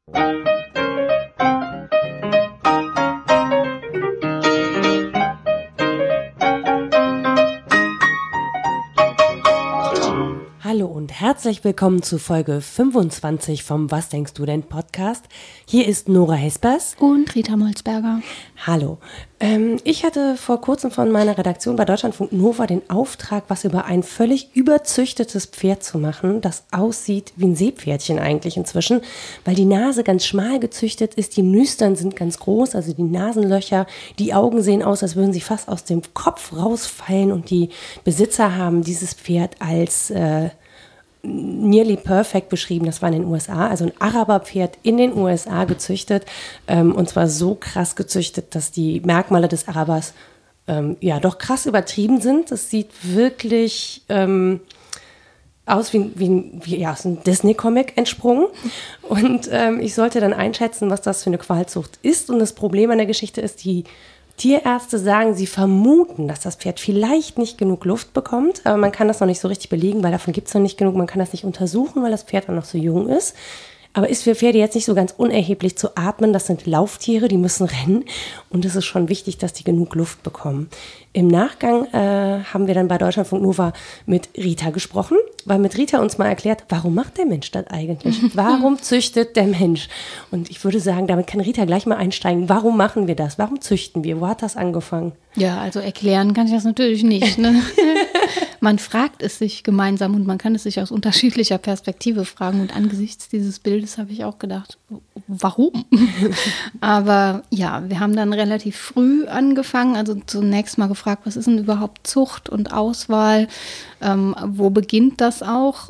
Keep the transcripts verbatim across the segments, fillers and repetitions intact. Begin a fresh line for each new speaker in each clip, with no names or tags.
Hallo und herzlich willkommen zu Folge fünfundzwanzig vom Was denkst du denn Podcast. Hier ist Nora Hespers
und Rita Molzberger.
Hallo. Ähm, ich hatte vor kurzem von meiner Redaktion bei Deutschlandfunk Nova den Auftrag, was über ein völlig überzüchtetes Pferd zu machen, das aussieht wie ein Seepferdchen eigentlich inzwischen, weil die Nase ganz schmal gezüchtet ist, die Nüstern sind ganz groß, also die Nasenlöcher, die Augen sehen aus, als würden sie fast aus dem Kopf rausfallen und die Besitzer haben dieses Pferd als äh, nearly perfect beschrieben, das war in den U S A, also ein Araberpferd in den U S A gezüchtet, ähm, und zwar so krass gezüchtet, dass die Merkmale des Arabers ähm, ja doch krass übertrieben sind. Es sieht wirklich ähm, aus wie, wie, wie ja, aus einem Disney-Comic entsprungen und ähm, ich sollte dann einschätzen, was das für eine Qualzucht ist, und das Problem an der Geschichte ist, die Tierärzte sagen, sie vermuten, dass das Pferd vielleicht nicht genug Luft bekommt, aber man kann das noch nicht so richtig belegen, weil davon gibt es noch nicht genug. Man kann das nicht untersuchen, weil das Pferd auch noch so jung ist. Aber ist für Pferde jetzt nicht so ganz unerheblich zu atmen. Das sind Lauftiere, die müssen rennen und es ist schon wichtig, dass die genug Luft bekommen. Im Nachgang äh, haben wir dann bei Deutschlandfunk Nova mit Rita gesprochen, weil mit Rita uns mal erklärt, warum macht der Mensch das eigentlich? Warum züchtet der Mensch? Und ich würde sagen, damit kann Rita gleich mal einsteigen. Warum machen wir das? Warum züchten wir? Wo hat das angefangen?
Ja, also erklären kann ich das natürlich nicht. Ne? Man fragt es sich gemeinsam und man kann es sich aus unterschiedlicher Perspektive fragen. Und angesichts dieses Bildes habe ich auch gedacht, warum? Aber ja, wir haben dann relativ früh angefangen. Also zunächst mal gefragt, was ist denn überhaupt Zucht und Auswahl? Ähm, wo beginnt das auch?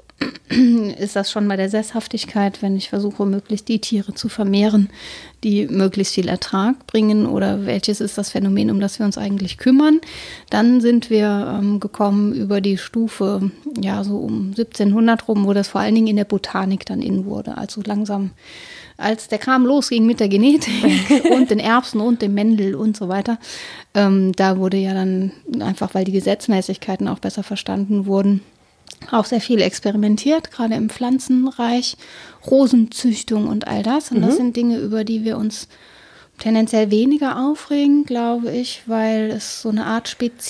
Ist das schon bei der Sesshaftigkeit, wenn ich versuche, möglichst die Tiere zu vermehren, die möglichst viel Ertrag bringen, oder welches ist das Phänomen, um das wir uns eigentlich kümmern? Dann sind wir ähm, gekommen über die Stufe, ja, so um siebzehnhundert rum, wo das vor allen Dingen in der Botanik dann in wurde, also langsam, als der Kram losging mit der Genetik und den Erbsen und dem Mendel und so weiter, ähm, da wurde ja dann einfach, weil die Gesetzmäßigkeiten auch besser verstanden wurden, auch sehr viel experimentiert, gerade im Pflanzenreich, Rosenzüchtung und all das. Und mhm. das sind Dinge, über die wir uns tendenziell weniger aufregen, glaube ich, weil es so eine Art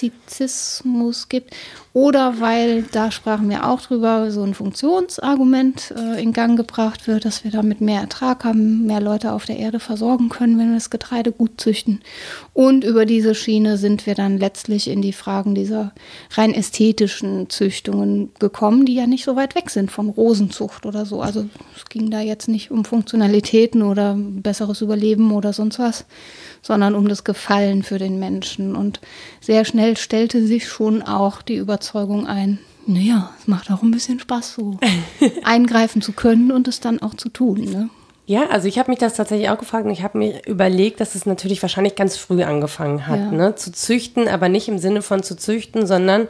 Spezizismus gibt. Oder weil, da sprachen wir auch drüber, so ein Funktionsargument äh, in Gang gebracht wird, dass wir damit mehr Ertrag haben, mehr Leute auf der Erde versorgen können, wenn wir das Getreide gut züchten. Und über diese Schiene sind wir dann letztlich in die Fragen dieser rein ästhetischen Züchtungen gekommen, die ja nicht so weit weg sind von Rosenzucht oder so. Also es ging da jetzt nicht um Funktionalitäten oder besseres Überleben oder sonst was, sondern um das Gefallen für den Menschen. Und sehr schnell stellte sich schon auch die Überzeugung ein, naja, es macht auch ein bisschen Spaß, so eingreifen zu können und es dann auch zu tun, ne?
Ja, also ich habe mich das tatsächlich auch gefragt und ich habe mir überlegt, dass es natürlich wahrscheinlich ganz früh angefangen hat, ja. ne, zu züchten, aber nicht im Sinne von zu züchten, sondern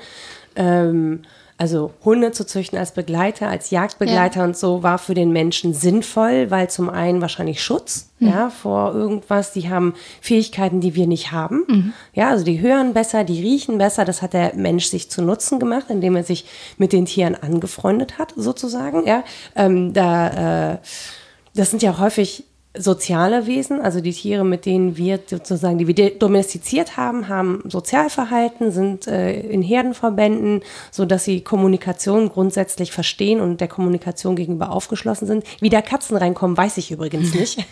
ähm, also Hunde zu züchten als Begleiter, als Jagdbegleiter ja. und so war für den Menschen sinnvoll, weil zum einen wahrscheinlich Schutz mhm. ja, vor irgendwas, die haben Fähigkeiten, die wir nicht haben. Mhm. Ja, also die hören besser, die riechen besser. Das hat der Mensch sich zu Nutzen gemacht, indem er sich mit den Tieren angefreundet hat, sozusagen. Ja, ähm, da, äh, das sind ja häufig soziale Wesen, also die Tiere, mit denen wir sozusagen, die wir domestiziert haben, haben Sozialverhalten, sind äh, in Herdenverbänden, sodass sie Kommunikation grundsätzlich verstehen und der Kommunikation gegenüber aufgeschlossen sind. Wie da Katzen reinkommen, weiß ich übrigens nicht.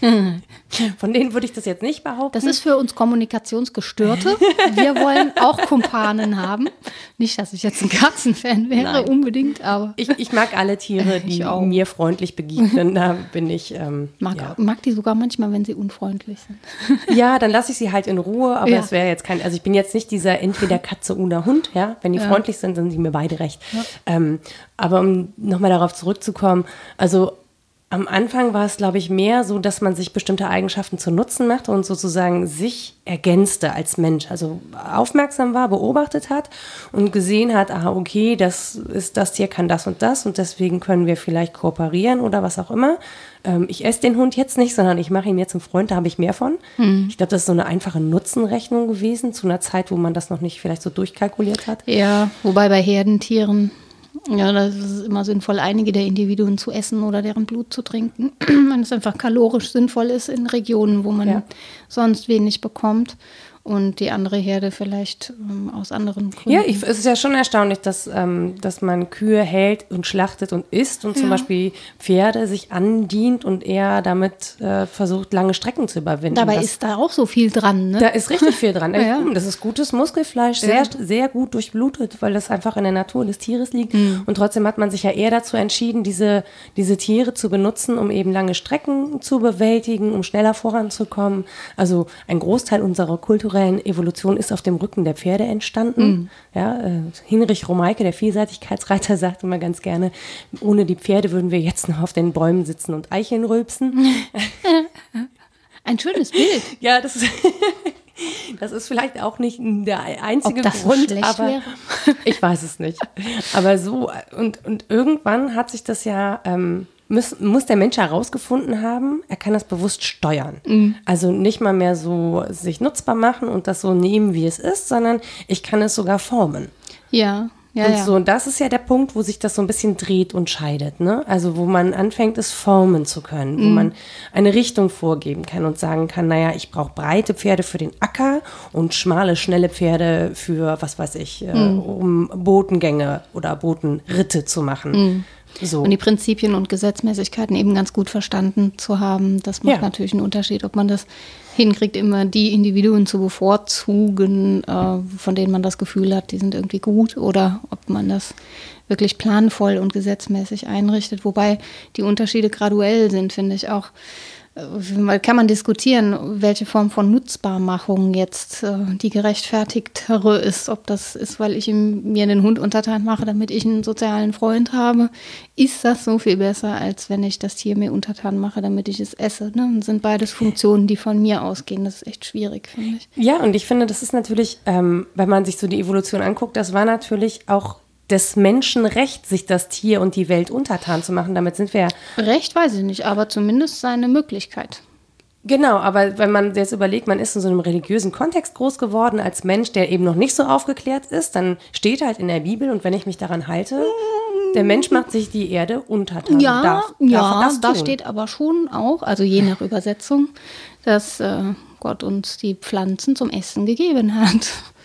Von denen würde ich das jetzt nicht behaupten.
Das ist für uns Kommunikationsgestörte. Wir wollen auch Kumpanen haben. Nicht, dass ich jetzt ein Katzenfan wäre, Nein. unbedingt, aber
ich, ich mag alle Tiere, die mir freundlich begegnen. Da bin ich ähm,
mag,
ja.
mag die sogar manchmal, wenn sie unfreundlich sind.
Ja, dann lasse ich sie halt in Ruhe, aber
ja.
das wäre jetzt kein, also ich bin jetzt nicht dieser entweder Katze oder Hund, ja, wenn die ja. freundlich sind, sind sie mir beide recht. Ja. Ähm, aber um nochmal darauf zurückzukommen, also am Anfang war es, glaube ich, mehr so, dass man sich bestimmte Eigenschaften zu Nutzen machte und sozusagen sich ergänzte als Mensch. Also aufmerksam war, beobachtet hat und gesehen hat, ah, okay, das ist das Tier kann das und das und deswegen können wir vielleicht kooperieren oder was auch immer. Ähm, ich esse den Hund jetzt nicht, sondern ich mache ihn jetzt zum Freund, da habe ich mehr von. Hm. Ich glaube, das ist so eine einfache Nutzenrechnung gewesen zu einer Zeit, wo man das noch nicht vielleicht so durchkalkuliert hat.
Ja, wobei bei Herdentieren Ja, das ist immer sinnvoll, einige der Individuen zu essen oder deren Blut zu trinken, wenn es einfach kalorisch sinnvoll ist in Regionen, wo man ja. sonst wenig bekommt. Und die andere Herde vielleicht ähm, aus anderen Gründen.
Ja, ich, es ist ja schon erstaunlich, dass, ähm, dass man Kühe hält und schlachtet und isst und ja. zum Beispiel Pferde sich andient und eher damit äh, versucht, lange Strecken zu überwinden.
Dabei
das,
ist da auch so viel dran, ne?
Da ist richtig viel dran.
ja.
Das ist gutes Muskelfleisch, sehr, ja. sehr gut durchblutet, weil das einfach in der Natur des Tieres liegt. Mhm. Und trotzdem hat man sich ja eher dazu entschieden, diese, diese Tiere zu benutzen, um eben lange Strecken zu bewältigen, um schneller voranzukommen. Also ein Großteil unserer kulturellen Evolution ist auf dem Rücken der Pferde entstanden. Mhm. Ja, äh, Hinrich Romeike, der Vielseitigkeitsreiter, sagt immer ganz gerne, ohne die Pferde würden wir jetzt noch auf den Bäumen sitzen und Eicheln rülpsen.
Ein schönes Bild.
Ja, das ist, das ist vielleicht auch nicht der einzige
Ob das
Grund,
so schlecht
aber
wäre?
Ich weiß es nicht. Aber so, und, und irgendwann hat sich das ja... Ähm, Muss, muss der Mensch herausgefunden haben, er kann das bewusst steuern. Mhm. Also nicht mal mehr so sich nutzbar machen und das so nehmen, wie es ist, sondern ich kann es sogar formen.
Ja, ja,
und
ja.
so, und das ist ja der Punkt, wo sich das so ein bisschen dreht und scheidet, ne? Also wo man anfängt, es formen zu können, wo mhm. man eine Richtung vorgeben kann und sagen kann, naja, ich brauche breite Pferde für den Acker und schmale, schnelle Pferde für, was weiß ich, mhm. äh, um Botengänge oder Botenritte zu machen. Mhm. So.
Und die Prinzipien und Gesetzmäßigkeiten eben ganz gut verstanden zu haben, das macht ja. natürlich einen Unterschied, ob man das hinkriegt, immer die Individuen zu bevorzugen, äh, von denen man das Gefühl hat, die sind irgendwie gut, oder ob man das wirklich planvoll und gesetzmäßig einrichtet, wobei die Unterschiede graduell sind, finde ich auch. Kann man diskutieren, welche Form von Nutzbarmachung jetzt äh, die gerechtfertigtere ist. Ob das ist, weil ich ihm, mir den Hund untertan mache, damit ich einen sozialen Freund habe. Ist das so viel besser, als wenn ich das Tier mir untertan mache, damit ich es esse? Ne? Und sind beides Funktionen, die von mir ausgehen. Das ist echt schwierig, finde ich.
Ja, und ich finde, das ist natürlich, ähm, wenn man sich so die Evolution anguckt, das war natürlich auch des Menschen Recht, sich das Tier und die Welt untertan zu machen. Damit sind wir ja...
Recht weiß ich nicht, aber zumindest seine Möglichkeit.
Genau, aber wenn man jetzt überlegt, man ist in so einem religiösen Kontext groß geworden als Mensch, der eben noch nicht so aufgeklärt ist, dann steht halt in der Bibel, und wenn ich mich daran halte, der Mensch macht sich die Erde untertan.
Ja,
darf,
ja,
darf das
da
tun.
steht aber schon auch, also je nach Übersetzung, dass äh, Gott uns die Pflanzen zum Essen gegeben hat.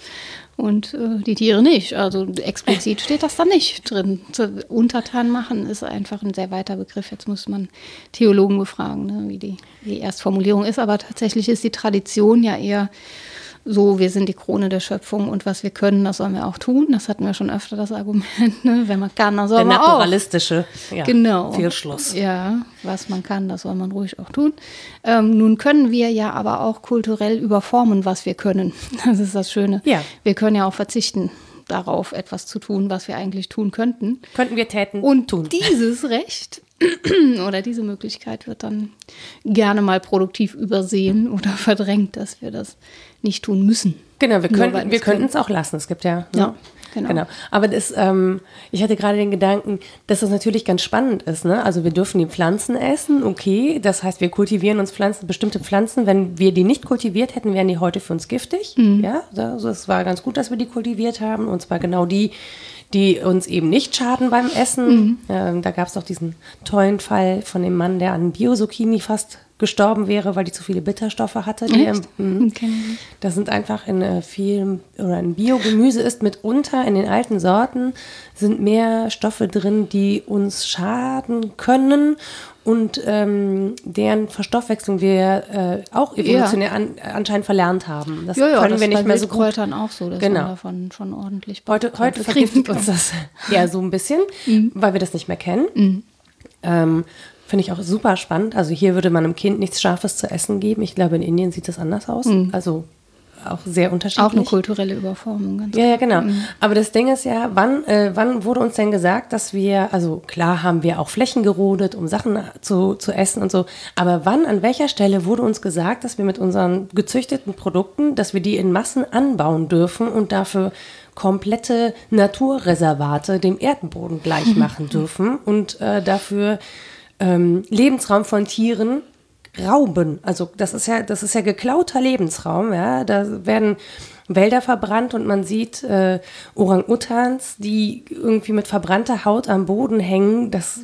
Und äh, die Tiere nicht. Also explizit steht das da nicht drin. Zu untertan machen ist einfach ein sehr weiter Begriff. Jetzt muss man Theologen befragen, ne, wie die, die Erstformulierung ist. Aber tatsächlich ist die Tradition ja eher so, wir sind die Krone der Schöpfung und was wir können, das sollen wir auch tun. Das hatten wir schon öfter, das Argument. Ne? Wenn man kann, dann soll
der
man auch.
Der naturalistische ja,
genau.
Fehlschluss.
Ja, was man kann, das soll man ruhig auch tun. Ähm, nun können wir ja aber auch kulturell überformen, was wir können. Das ist das Schöne.
Ja.
Wir können ja auch verzichten darauf, etwas zu tun, was wir eigentlich tun könnten.
Könnten wir täten
und
tun.
Dieses Recht oder diese Möglichkeit wird dann gerne mal produktiv übersehen oder verdrängt, dass wir das nicht tun müssen.
Genau, wir könnten wir könnten es auch lassen. Es gibt ja... Ne?
Ja. Genau.
genau. Aber das, ähm, ich hatte gerade den Gedanken, dass das natürlich ganz spannend ist. Ne? Also wir dürfen die Pflanzen essen, okay. Das heißt, wir kultivieren uns Pflanzen, bestimmte Pflanzen. Wenn wir die nicht kultiviert hätten, wären die heute für uns giftig. Mhm. Ja, also es war ganz gut, dass wir die kultiviert haben. Und zwar genau die, die uns eben nicht schaden beim Essen. Mhm. Ähm, da gab es doch diesen tollen Fall von dem Mann, der an Bio-Zucchini fast gestorben wäre, weil die zu viele Bitterstoffe hatte. Die, ähm, okay. Das sind einfach in äh, viel, oder in Biogemüse ist mitunter in den alten Sorten sind mehr Stoffe drin, die uns schaden können und ähm, deren Verstoffwechslung wir äh, auch evolutionär ja. an, anscheinend verlernt haben. Das
ja, ja,
können
das
wir nicht
bei
mehr so gut.
Kräutern auch so, dass
genau.
man davon schon ordentlich
Heute, heute vergiftet uns das ja so ein bisschen, mhm. weil wir das nicht mehr kennen. Mhm. Ähm, Finde ich auch super spannend. Also hier würde man einem Kind nichts Scharfes zu essen geben. Ich glaube, in Indien sieht das anders aus. Mhm. Also auch sehr unterschiedlich.
Auch eine kulturelle Überformung. Ganz
ja, ja, genau. Mhm. Aber das Ding ist ja, wann, äh, wann wurde uns denn gesagt, dass wir, also klar haben wir auch Flächen gerodet, um Sachen zu, zu essen und so, aber wann, an welcher Stelle wurde uns gesagt, dass wir mit unseren gezüchteten Produkten, dass wir die in Massen anbauen dürfen und dafür komplette Naturreservate dem Erdboden gleich machen dürfen und äh, dafür ähm, Lebensraum von Tieren rauben. Also das ist ja, das ist ja geklauter Lebensraum, ja. Da werden Wälder verbrannt und man sieht äh, Orang-Utans, die irgendwie mit verbrannter Haut am Boden hängen. Das,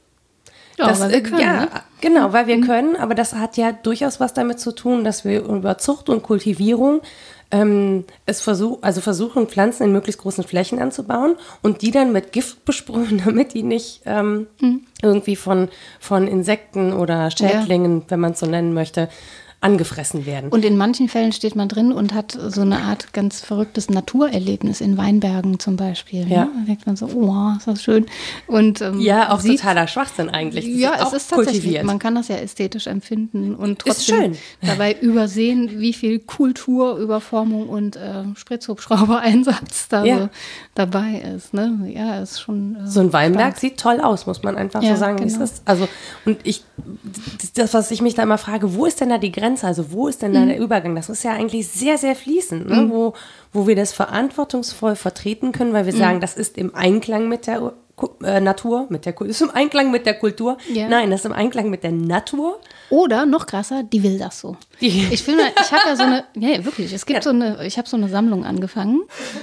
ja,
das,
weil wir können,
ja,
ne?
genau, weil wir mhm. können. Aber das hat ja durchaus was damit zu tun, dass wir über Zucht und Kultivierung ähm, es versuch, also versuchen, Pflanzen in möglichst großen Flächen anzubauen und die dann mit Gift besprühen, damit die nicht ähm, mhm. irgendwie von, von Insekten oder Schädlingen, ja. wenn man es so nennen möchte, angefressen werden.
Und in manchen Fällen steht man drin und hat so eine Art ganz verrücktes Naturerlebnis in Weinbergen zum Beispiel.
Ja.
Ne? Da denkt man so, oh, ist das schön. Und, ähm,
ja, auch
sieht,
totaler Schwachsinn eigentlich. Das
ja,
ist
es
auch
ist tatsächlich,
kultiviert.
Man kann das ja ästhetisch empfinden und trotzdem
ist schön.
dabei übersehen, wie viel Kultur, Überformung und äh, Spritzhubschrauber-Einsatz da
ja.
so dabei ist. Ne? Ja, ist schon äh,
so ein Weinberg
stark.
Sieht toll aus, muss man einfach
ja,
so sagen,
genau.
wie es ist. Also, und ich, das, was ich mich da immer frage, wo ist denn da die Grenze? Also, wo ist denn da mhm. der Übergang? Das ist ja eigentlich sehr, sehr fließend, ne? mhm. wo, wo wir das verantwortungsvoll vertreten können, weil wir mhm. sagen, das ist im Einklang mit der äh, Natur, mit der Kultur, ist im Einklang mit der Kultur. Ja. Nein, das ist im Einklang mit der Natur.
Oder noch krasser, die will das so. Die. Ich finde, ich habe ja so eine, nee, wirklich, es gibt ja. so eine, ich habe so eine Sammlung angefangen,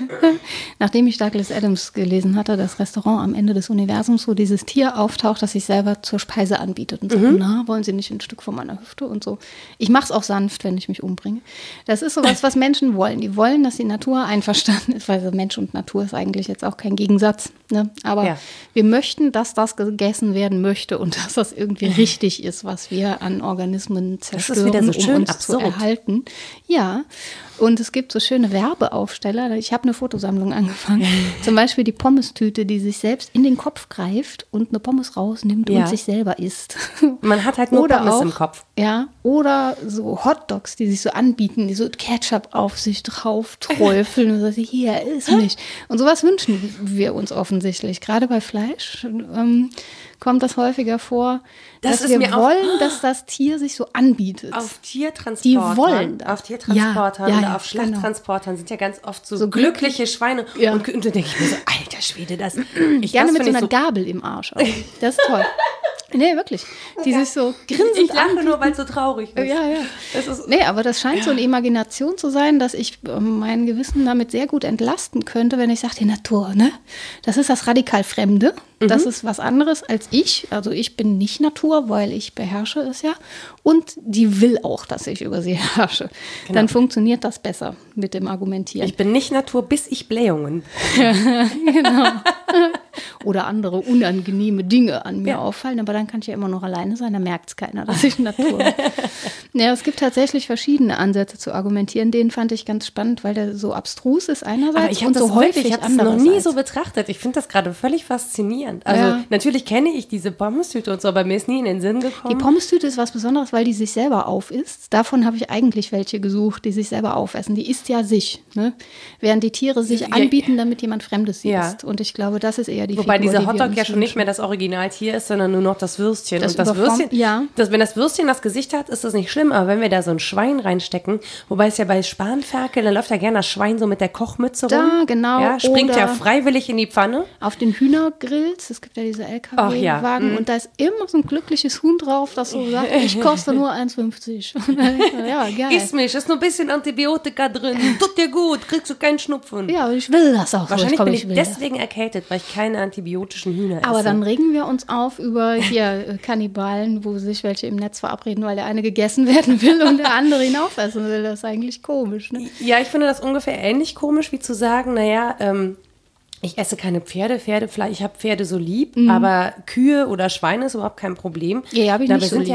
nachdem ich Douglas Adams gelesen hatte, das Restaurant am Ende des Universums, wo dieses Tier auftaucht, das sich selber zur Speise anbietet und sagt, mhm. na, wollen Sie nicht ein Stück von meiner Hüfte und so. Ich mache es auch sanft, wenn ich mich umbringe. Das ist sowas, was Menschen wollen. Die wollen, dass die Natur einverstanden ist, weil so Mensch und Natur ist eigentlich jetzt auch kein Gegensatz, ne? Aber ja. wir möchten, dass das gegessen werden möchte und dass das irgendwie richtig ist, was wir an Organismen zerstören,
das ist wieder so schön
um uns
absurd.
zu erhalten. Ja, und es gibt so schöne Werbeaufsteller. Ich habe eine Fotosammlung angefangen. Zum Beispiel die Pommes-Tüte, die sich selbst in den Kopf greift und eine Pommes rausnimmt ja. und sich selber isst.
Man hat halt nur
oder
Pommes
auch,
im Kopf.
Ja, oder so Hotdogs, die sich so anbieten, die so Ketchup auf sich drauf träufeln und sagen, hier ist mich. Und sowas wünschen wir uns offensichtlich. Gerade bei Fleisch ähm, kommt das häufiger vor,
das
dass wir
mir
wollen,
auf,
dass das Tier sich so anbietet.
Auf Tiertransportern.
Die wollen das.
Auf Tiertransportern
ja, ja,
oder
ja,
auf Schlachttransportern genau. sind ja ganz oft so,
so
glückliche Schweine.
Ja.
Und, und dann denke ich mir so, alter Schwede, das ich
Gerne
das
mit so einer
so
Gabel im Arsch. Auch. Das ist toll. Nee, wirklich. Die ja. sich so grinsend
Ich lache
anbieten.
nur, weil es so traurig ist.
Ja, ja.
Das ist
nee, aber das scheint ja. so eine Imagination zu sein, dass ich mein Gewissen damit sehr gut entlasten könnte, wenn ich sage, die Natur, ne? Das ist das radikal Fremde. Mhm. Das ist was anderes als ich. Also ich bin nicht Natur, weil ich beherrsche es ja. Und die will auch, dass ich über sie herrsche. Genau. Dann funktioniert das besser mit dem Argumentieren.
Ich bin nicht Natur, bis ich Blähungen.
Genau. Oder andere unangenehme Dinge an mir
ja.
auffallen, aber dann kann ich ja immer noch alleine sein, dann merkt es keiner, dass ich Natur bin. Ja, es gibt tatsächlich verschiedene Ansätze zu argumentieren, den fand ich ganz spannend, weil der so abstrus ist einerseits
ich
und so häufig
Ich habe es noch nie so betrachtet. Ich finde das gerade völlig faszinierend. Also ja. natürlich kenne ich diese Pommes-Tüte und so, aber mir ist nie in den Sinn gekommen.
Die Pommes-Tüte ist was Besonderes, weil die sich selber aufisst. Davon habe ich eigentlich welche gesucht, die sich selber aufessen. Die isst ja sich, ne? Während die Tiere sich ja. anbieten, damit jemand Fremdes sie ja. isst. Und ich glaube, das ist eher die
Wobei
Figur,
dieser
die
Hotdog ja schon nicht mehr das Originaltier ist, sondern nur noch das Würstchen.
Das
und das Würstchen,
ja.
das, wenn das Würstchen das Gesicht hat, ist das nicht schlimm. Aber wenn wir da so ein Schwein reinstecken, wobei es ja bei Spanferkel, dann läuft ja gerne das Schwein so mit der Kochmütze rum.
Da, genau.
Ja, springt
Oder
ja freiwillig in die Pfanne.
Auf den Hühnergrills, es gibt ja diese L K W-Wagen
ja. mhm.
und da ist immer so ein glückliches Huhn drauf, das so sagt, ich koste nur eins fünfzig. Ja, geil.
Iss mich, ist nur ein bisschen Antibiotika drin, tut dir gut, kriegst du keinen Schnupfen.
Ja, und ich will das auch.
Wahrscheinlich
so.
bin
ich
ich deswegen das. erkältet, weil ich keine antibiotischen Hühner esse.
Aber dann regen wir uns auf über hier Kannibalen, wo sich welche im Netz verabreden, weil der eine gegessen werden will und der andere ihn aufessen will. Das ist eigentlich komisch, ne?
Ja, ich finde das ungefähr ähnlich komisch, wie zu sagen, naja, ähm, ich esse keine Pferde, Pferdefleisch, ich habe Pferde so lieb, mhm. aber Kühe oder Schweine ist überhaupt kein Problem.
Ja, habe ich
Dabei
nicht so lieb.
Ja,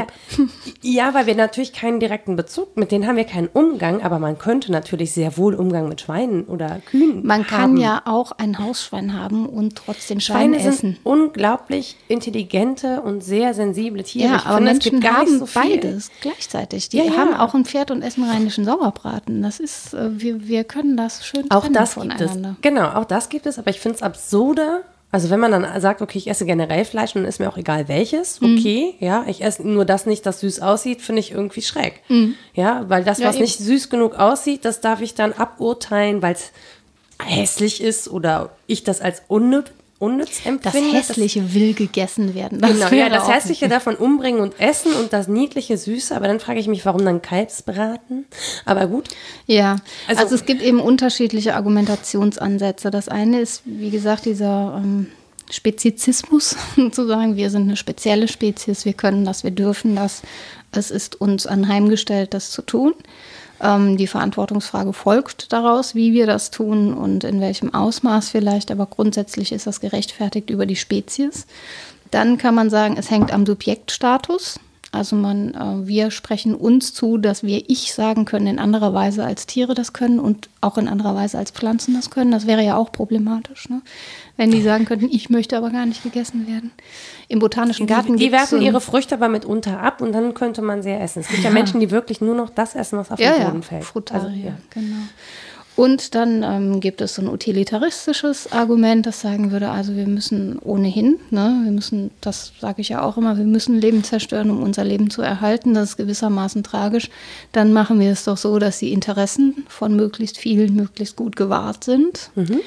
ja, weil wir natürlich keinen direkten Bezug, mit denen haben wir keinen Umgang, aber man könnte natürlich sehr wohl Umgang mit Schweinen oder Kühen
Man
haben.
kann ja auch ein Hausschwein haben und trotzdem Schwein
Schweine
essen.
sind unglaublich intelligente und sehr sensible Tiere.
Ja,
ich
aber
finde,
Menschen
gar
haben
nicht so viel.
beides gleichzeitig. Die
ja, ja.
haben auch ein Pferd und essen rheinischen Sauerbraten. Das ist, wir, wir können das schön
auch
trennen
das gibt es.
voneinander.
Genau, auch das gibt es, aber ich finde es absurder. Also wenn man dann sagt, okay, ich esse generell Fleisch, dann ist mir auch egal welches, okay, mhm. ja, ich esse nur das nicht, das süß aussieht, finde ich irgendwie schräg. Mhm. Ja, weil das,
ja,
was
eben.
nicht süß genug aussieht, das darf ich dann aburteilen, weil es hässlich ist oder ich das als unnütz, unnütz
Das
empfinde.
Hässliche das, will gegessen werden. Das
genau, ja, das Hässliche nicht. Davon umbringen und essen und das Niedliche Süße. Aber dann frage ich mich, warum dann Kalbsbraten? Aber gut.
Ja, also, also es gibt eben unterschiedliche Argumentationsansätze. Das eine ist, wie gesagt, dieser ähm, Spezizismus, zu sagen, wir sind eine spezielle Spezies, wir können das, wir dürfen das. Es ist uns anheimgestellt, das zu tun. Ähm, die Verantwortungsfrage folgt daraus, wie wir das tun und in welchem Ausmaß vielleicht, aber grundsätzlich ist das gerechtfertigt über die Spezies. Dann kann man sagen, es hängt am Subjektstatus. Also man, äh, wir sprechen uns zu, dass wir Ich sagen können in anderer Weise als Tiere das können und auch in anderer Weise als Pflanzen das können. Das wäre ja auch problematisch, ne? Wenn die sagen könnten, ich möchte aber gar nicht gegessen werden. Im Botanischen Garten
Die, die werfen
so
ihre Früchte aber mitunter ab und dann könnte man sie essen. Es gibt ja, ja Menschen, die wirklich nur noch das essen, was auf
ja,
den Boden
ja,
fällt.
Frutarier, also, ja, genau. Und dann ähm, gibt es so ein utilitaristisches Argument, das sagen würde, also wir müssen ohnehin, ne, wir müssen, das sage ich ja auch immer, wir müssen Leben zerstören, um unser Leben zu erhalten. Das ist gewissermaßen tragisch. Dann machen wir es doch so, dass die Interessen von möglichst vielen möglichst gut gewahrt sind. Mhm.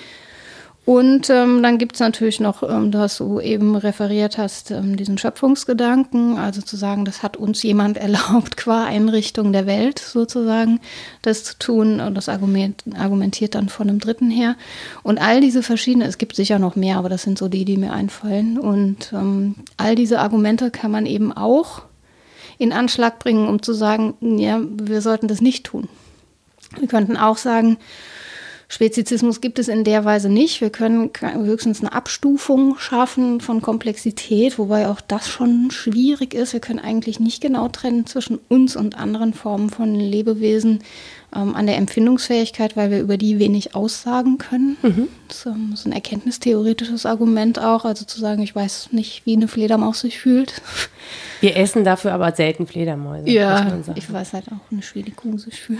Und ähm, dann gibt es natürlich noch, ähm, dass du eben referiert hast, ähm, diesen Schöpfungsgedanken, also zu sagen, das hat uns jemand erlaubt, qua Einrichtung der Welt sozusagen, das zu tun. Und das Argument, argumentiert dann von einem Dritten her. Und all diese verschiedenen, es gibt sicher noch mehr, aber das sind so die, die mir einfallen. Und ähm, all diese Argumente kann man eben auch in Anschlag bringen, um zu sagen, ja, wir sollten das nicht tun. Wir könnten auch sagen, Spezizismus gibt es in der Weise nicht. Wir können höchstens eine Abstufung schaffen von Komplexität, wobei auch das schon schwierig ist. Wir können eigentlich nicht genau trennen zwischen uns und anderen Formen von Lebewesen ähm, an der Empfindungsfähigkeit, weil wir über die wenig aussagen können. Mhm. Das ist ein erkenntnistheoretisches Argument auch, also zu sagen, ich weiß nicht, wie eine Fledermaus sich fühlt.
Wir essen dafür aber selten Fledermäuse.
Ja, ich weiß halt auch nicht, wie die Kuh sich fühlt.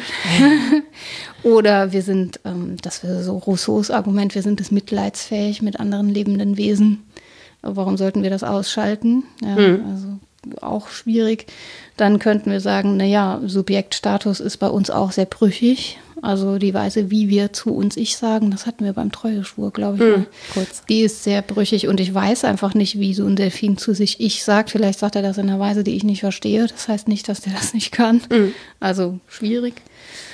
Oder wir sind, ähm, das wäre so Rousseaus Argument, wir sind mitleidsfähig mit anderen lebenden Wesen. Warum sollten wir das ausschalten? Ja, mhm. Also auch schwierig. Dann könnten wir sagen, naja, Subjektstatus ist bei uns auch sehr brüchig. Also die Weise, wie wir zu uns Ich sagen, das hatten wir beim Treueschwur, glaube ich. Mhm, kurz. Die ist sehr brüchig und ich weiß einfach nicht, wie so ein Delfin zu sich Ich sagt. Vielleicht sagt er das in einer Weise, die ich nicht verstehe. Das heißt nicht, dass der das nicht kann. Mhm. Also schwierig.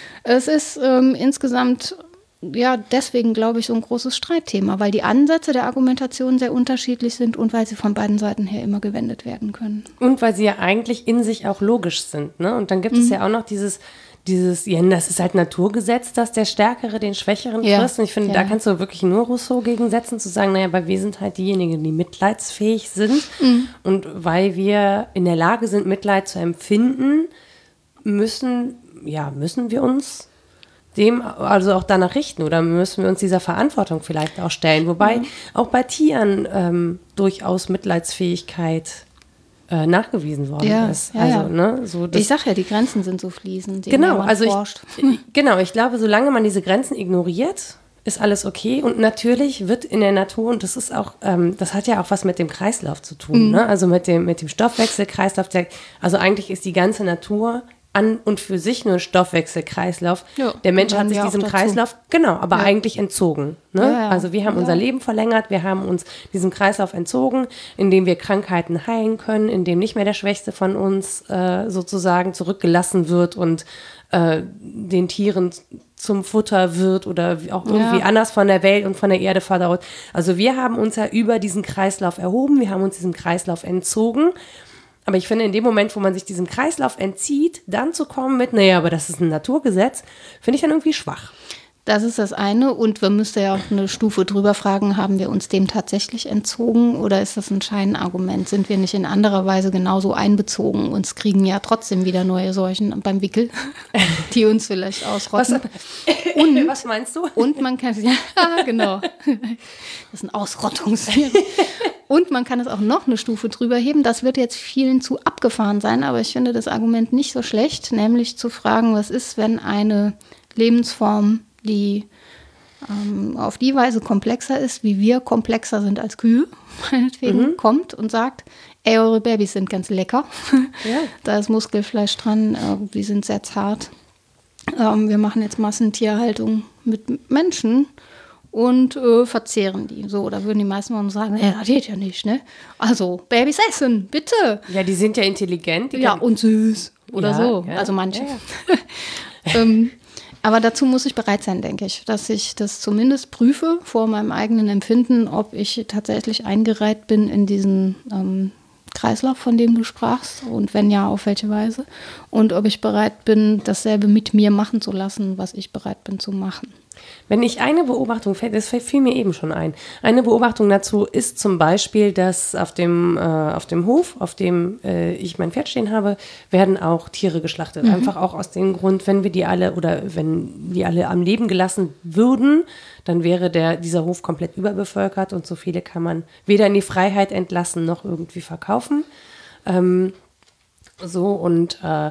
Es ist ähm, insgesamt, ja, deswegen glaube ich, so ein großes Streitthema, weil die Ansätze der Argumentation sehr unterschiedlich sind und weil sie von beiden Seiten her immer gewendet werden können.
Und weil sie ja eigentlich in sich auch logisch sind, ne? Und dann gibt mhm. es ja auch noch dieses Dieses, ja, das ist halt Naturgesetz, dass der Stärkere den Schwächeren ja, frisst. Und ich finde, ja. da kannst du wirklich nur Rousseau gegensetzen, zu sagen, naja, aber wir sind halt diejenigen, die mitleidsfähig sind. Mhm. Und weil wir in der Lage sind, Mitleid zu empfinden, müssen, ja, müssen wir uns dem also auch danach richten oder müssen wir uns dieser Verantwortung vielleicht auch stellen. Wobei mhm. auch bei Tieren ähm, durchaus Mitleidsfähigkeit Äh, nachgewiesen worden
ja,
ist.
Ja,
also,
ja.
Ne, so
ich sage ja, die Grenzen sind so fließend.
Genau, also ich, genau, ich glaube, solange man diese Grenzen ignoriert, ist alles okay. Und natürlich wird in der Natur, und das ist auch, ähm, das hat ja auch was mit dem Kreislauf zu tun, mhm. ne? Also mit dem, mit dem Stoffwechselkreislauf. Der, also eigentlich ist die ganze Natur an und für sich nur ein Stoffwechselkreislauf. Ja, der Mensch hat sich diesem Kreislauf, genau, aber ja. eigentlich entzogen. Ne? Ja, ja. Also wir haben ja. unser Leben verlängert, wir haben uns diesem Kreislauf entzogen, indem wir Krankheiten heilen können, indem nicht mehr der Schwächste von uns äh, sozusagen zurückgelassen wird und äh, den Tieren zum Futter wird oder auch irgendwie ja. anders von der Welt und von der Erde verdaut. Also wir haben uns ja über diesen Kreislauf erhoben, wir haben uns diesem Kreislauf entzogen. Aber ich finde, in dem Moment, wo man sich diesem Kreislauf entzieht, dann zu kommen mit, naja, aber das ist ein Naturgesetz, finde ich dann irgendwie schwach.
Das ist das eine. Und wir müssten ja auch eine Stufe drüber fragen, haben wir uns dem tatsächlich entzogen oder ist das ein Scheinargument? Sind wir nicht in anderer Weise genauso einbezogen? Uns kriegen ja trotzdem wieder neue Seuchen beim Wickel, die uns vielleicht ausrotten.
Was, und, was meinst du?
Und man kann, ja, genau. Das ist ein Ausrottungsvirus. Und man kann es auch noch eine Stufe drüber heben. Das wird jetzt vielen zu abgefahren sein, aber ich finde das Argument nicht so schlecht, nämlich zu fragen, was ist, wenn eine Lebensform, die ähm, auf die Weise komplexer ist, wie wir komplexer sind als Kühe, meinetwegen, mhm. kommt und sagt, ey, eure Babys sind ganz lecker, ja. da ist Muskelfleisch dran, äh, die sind sehr zart. Ähm, wir machen jetzt Massentierhaltung mit Menschen und äh, verzehren die. So, da würden die meisten mal sagen, ja, das geht ja nicht, ne? Also, Babys essen, bitte.
Ja, die sind ja intelligent. Die
ja, und süß oder
ja,
so,
ja,
also manche.
Ja, ja.
ähm, aber dazu muss ich bereit sein, denke ich, dass ich das zumindest prüfe vor meinem eigenen Empfinden, ob ich tatsächlich eingereiht bin in diesen ähm, Kreislauf, von dem du sprachst, und wenn ja, auf welche Weise, und ob ich bereit bin, dasselbe mit mir machen zu lassen, was ich bereit bin zu machen.
Wenn ich eine Beobachtung, das fiel mir eben schon ein, eine Beobachtung dazu ist zum Beispiel, dass auf dem, äh, auf dem Hof, auf dem äh, ich mein Pferd stehen habe, werden auch Tiere geschlachtet. Mhm. Einfach auch aus dem Grund, wenn wir die alle oder wenn die alle am Leben gelassen würden, dann wäre der, dieser Hof komplett überbevölkert und so viele kann man weder in die Freiheit entlassen noch irgendwie verkaufen. Ähm, so und äh,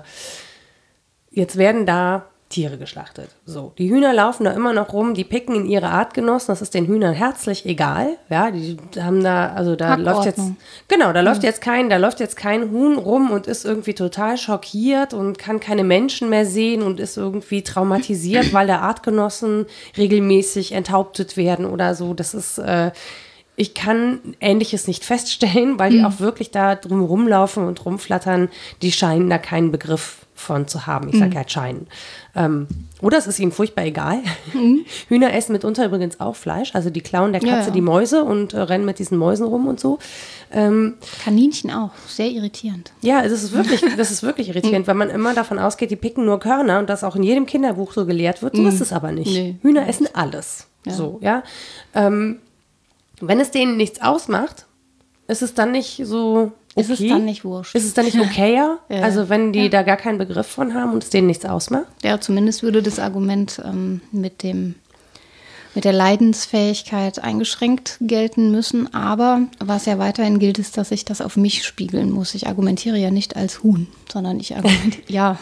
jetzt werden da Tiere geschlachtet. So, die Hühner laufen da immer noch rum, die picken in ihre Artgenossen, das ist den Hühnern herzlich egal, ja, die haben da, also da läuft jetzt, genau, da läuft jetzt kein, da läuft jetzt kein Huhn rum und ist irgendwie total schockiert und kann keine Menschen mehr sehen und ist irgendwie traumatisiert, weil da Artgenossen regelmäßig enthauptet werden oder so, das ist, äh, ich kann Ähnliches nicht feststellen, weil die mhm. auch wirklich da drum rumlaufen und rumflattern, die scheinen da keinen Begriff von zu haben. Ich sage mhm. halt scheinen. Ähm, oder es ist ihnen furchtbar egal. Mhm. Hühner essen mitunter übrigens auch Fleisch. Also die klauen der Katze ja, ja. die Mäuse und äh, rennen mit diesen Mäusen rum und so. Ähm,
Kaninchen auch. Sehr irritierend.
Ja, es ist wirklich, das ist wirklich irritierend, weil man immer davon ausgeht, die picken nur Körner und das auch in jedem Kinderbuch so gelehrt wird. So mhm. ist es aber nicht. Nee. Hühner essen alles. Ja. So, ja. Ähm, wenn es denen nichts ausmacht, ist es dann nicht so okay?
Ist es dann nicht wurscht?
Ist es dann nicht okayer? Ja. Also wenn die ja. da gar keinen Begriff von haben und es denen nichts ausmacht?
Ja, zumindest würde das Argument ähm, mit dem mit der Leidensfähigkeit eingeschränkt gelten müssen. Aber was ja weiterhin gilt, ist, dass ich das auf mich spiegeln muss. Ich argumentiere ja nicht als Huhn, sondern ich argumentiere, ja,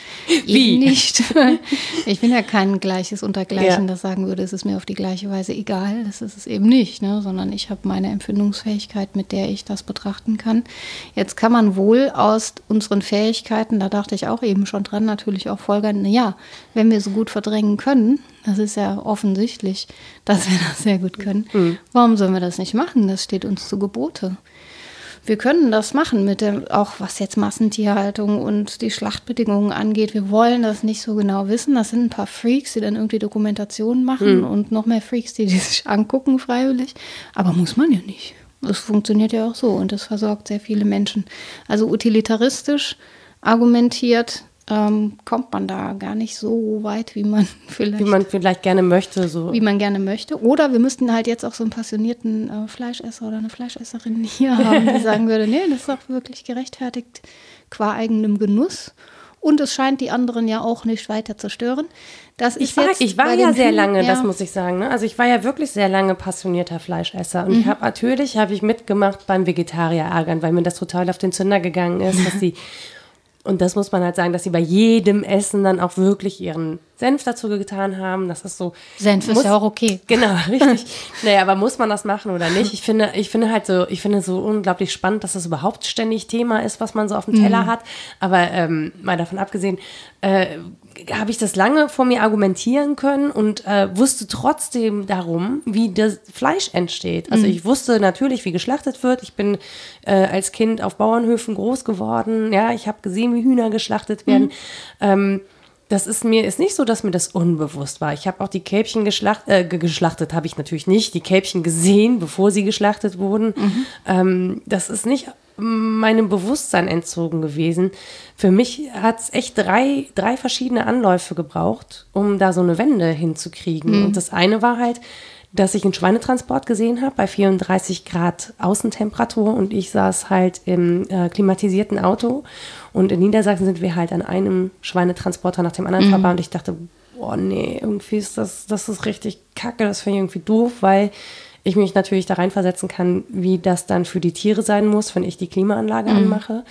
Wie?
nicht. Ich bin ja kein Gleiches unter Gleichen, ja. das sagen würde, es ist mir auf die gleiche Weise egal. Das ist es eben nicht, ne? Sondern ich habe meine Empfindungsfähigkeit, mit der ich das betrachten kann. Jetzt kann man wohl aus unseren Fähigkeiten, da dachte ich auch eben schon dran, natürlich auch folgern, na ja, wenn wir so gut verdrängen können, das ist ja offensichtlich, dass wir das sehr gut können. Mhm. Warum sollen wir das nicht machen? Das steht uns zu Gebote. Wir können das machen, mit dem, auch was jetzt Massentierhaltung und die Schlachtbedingungen angeht. Wir wollen das nicht so genau wissen. Das sind ein paar Freaks, die dann irgendwie Dokumentationen machen mhm. und noch mehr Freaks, die, die sich angucken freiwillig. Aber muss man ja nicht. Das funktioniert ja auch so und das versorgt sehr viele Menschen. Also utilitaristisch argumentiert, Ähm, kommt man da gar nicht so weit, wie man vielleicht
wie man vielleicht gerne möchte. So.
Wie man gerne möchte. Oder wir müssten halt jetzt auch so einen passionierten äh, Fleischesser oder eine Fleischesserin hier haben, die sagen würde, nee, das ist doch wirklich gerechtfertigt qua eigenem Genuss. Und es scheint die anderen ja auch nicht weiter zu stören. Das ist
ich war,
jetzt
ich war ja sehr lange, ja. das muss ich sagen. Ne? Also ich war ja wirklich sehr lange passionierter Fleischesser. Und mhm. ich habe natürlich, habe ich mitgemacht beim Vegetarier ärgern, weil mir das total auf den Zünder gegangen ist, dass sie und das muss man halt sagen, dass sie bei jedem Essen dann auch wirklich ihren Senf dazu getan haben. Das ist so.
Senf ist muss, ja auch okay.
Genau, richtig. Naja, aber muss man das machen oder nicht? Ich finde, ich finde halt so, ich finde so unglaublich spannend, dass das überhaupt ständig Thema ist, was man so auf dem Teller mhm. hat. Aber ähm, mal davon abgesehen, äh, habe ich das lange vor mir argumentieren können und äh, wusste trotzdem darum, wie das Fleisch entsteht. Also mhm. ich wusste natürlich, wie geschlachtet wird. Ich bin äh, als Kind auf Bauernhöfen groß geworden. Ja, ich habe gesehen, wie Hühner geschlachtet werden. Mhm. Ähm, das ist mir ist nicht so, dass mir das unbewusst war. Ich habe auch die Kälbchen geschlacht, äh, geschlachtet, habe ich natürlich nicht. Die Kälbchen gesehen, bevor sie geschlachtet wurden. Mhm. Ähm, das ist nicht meinem Bewusstsein entzogen gewesen. Für mich hat es echt drei, drei verschiedene Anläufe gebraucht, um da so eine Wende hinzukriegen. Mhm. Und das eine war halt, dass ich einen Schweinetransport gesehen habe bei vierunddreißig Grad Außentemperatur und ich saß halt im äh, klimatisierten Auto und in Niedersachsen sind wir halt an einem Schweinetransporter nach dem anderen mhm. vorbei und ich dachte, boah nee, irgendwie ist das, das ist richtig kacke, das finde ich irgendwie doof, weil ich mich natürlich da reinversetzen kann, wie das dann für die Tiere sein muss, wenn ich die Klimaanlage mhm. anmache.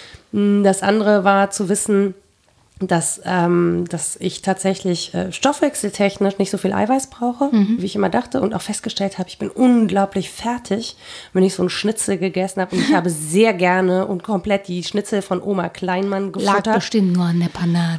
Das andere war zu wissen, dass, ähm, dass ich tatsächlich äh, stoffwechseltechnisch nicht so viel Eiweiß brauche, mhm. wie ich immer dachte und auch festgestellt habe, ich bin unglaublich fertig, wenn ich so einen Schnitzel gegessen habe und ich habe sehr gerne und komplett die Schnitzel von Oma Kleinmann gefuttert.
Lag bestimmt nur an der Panade.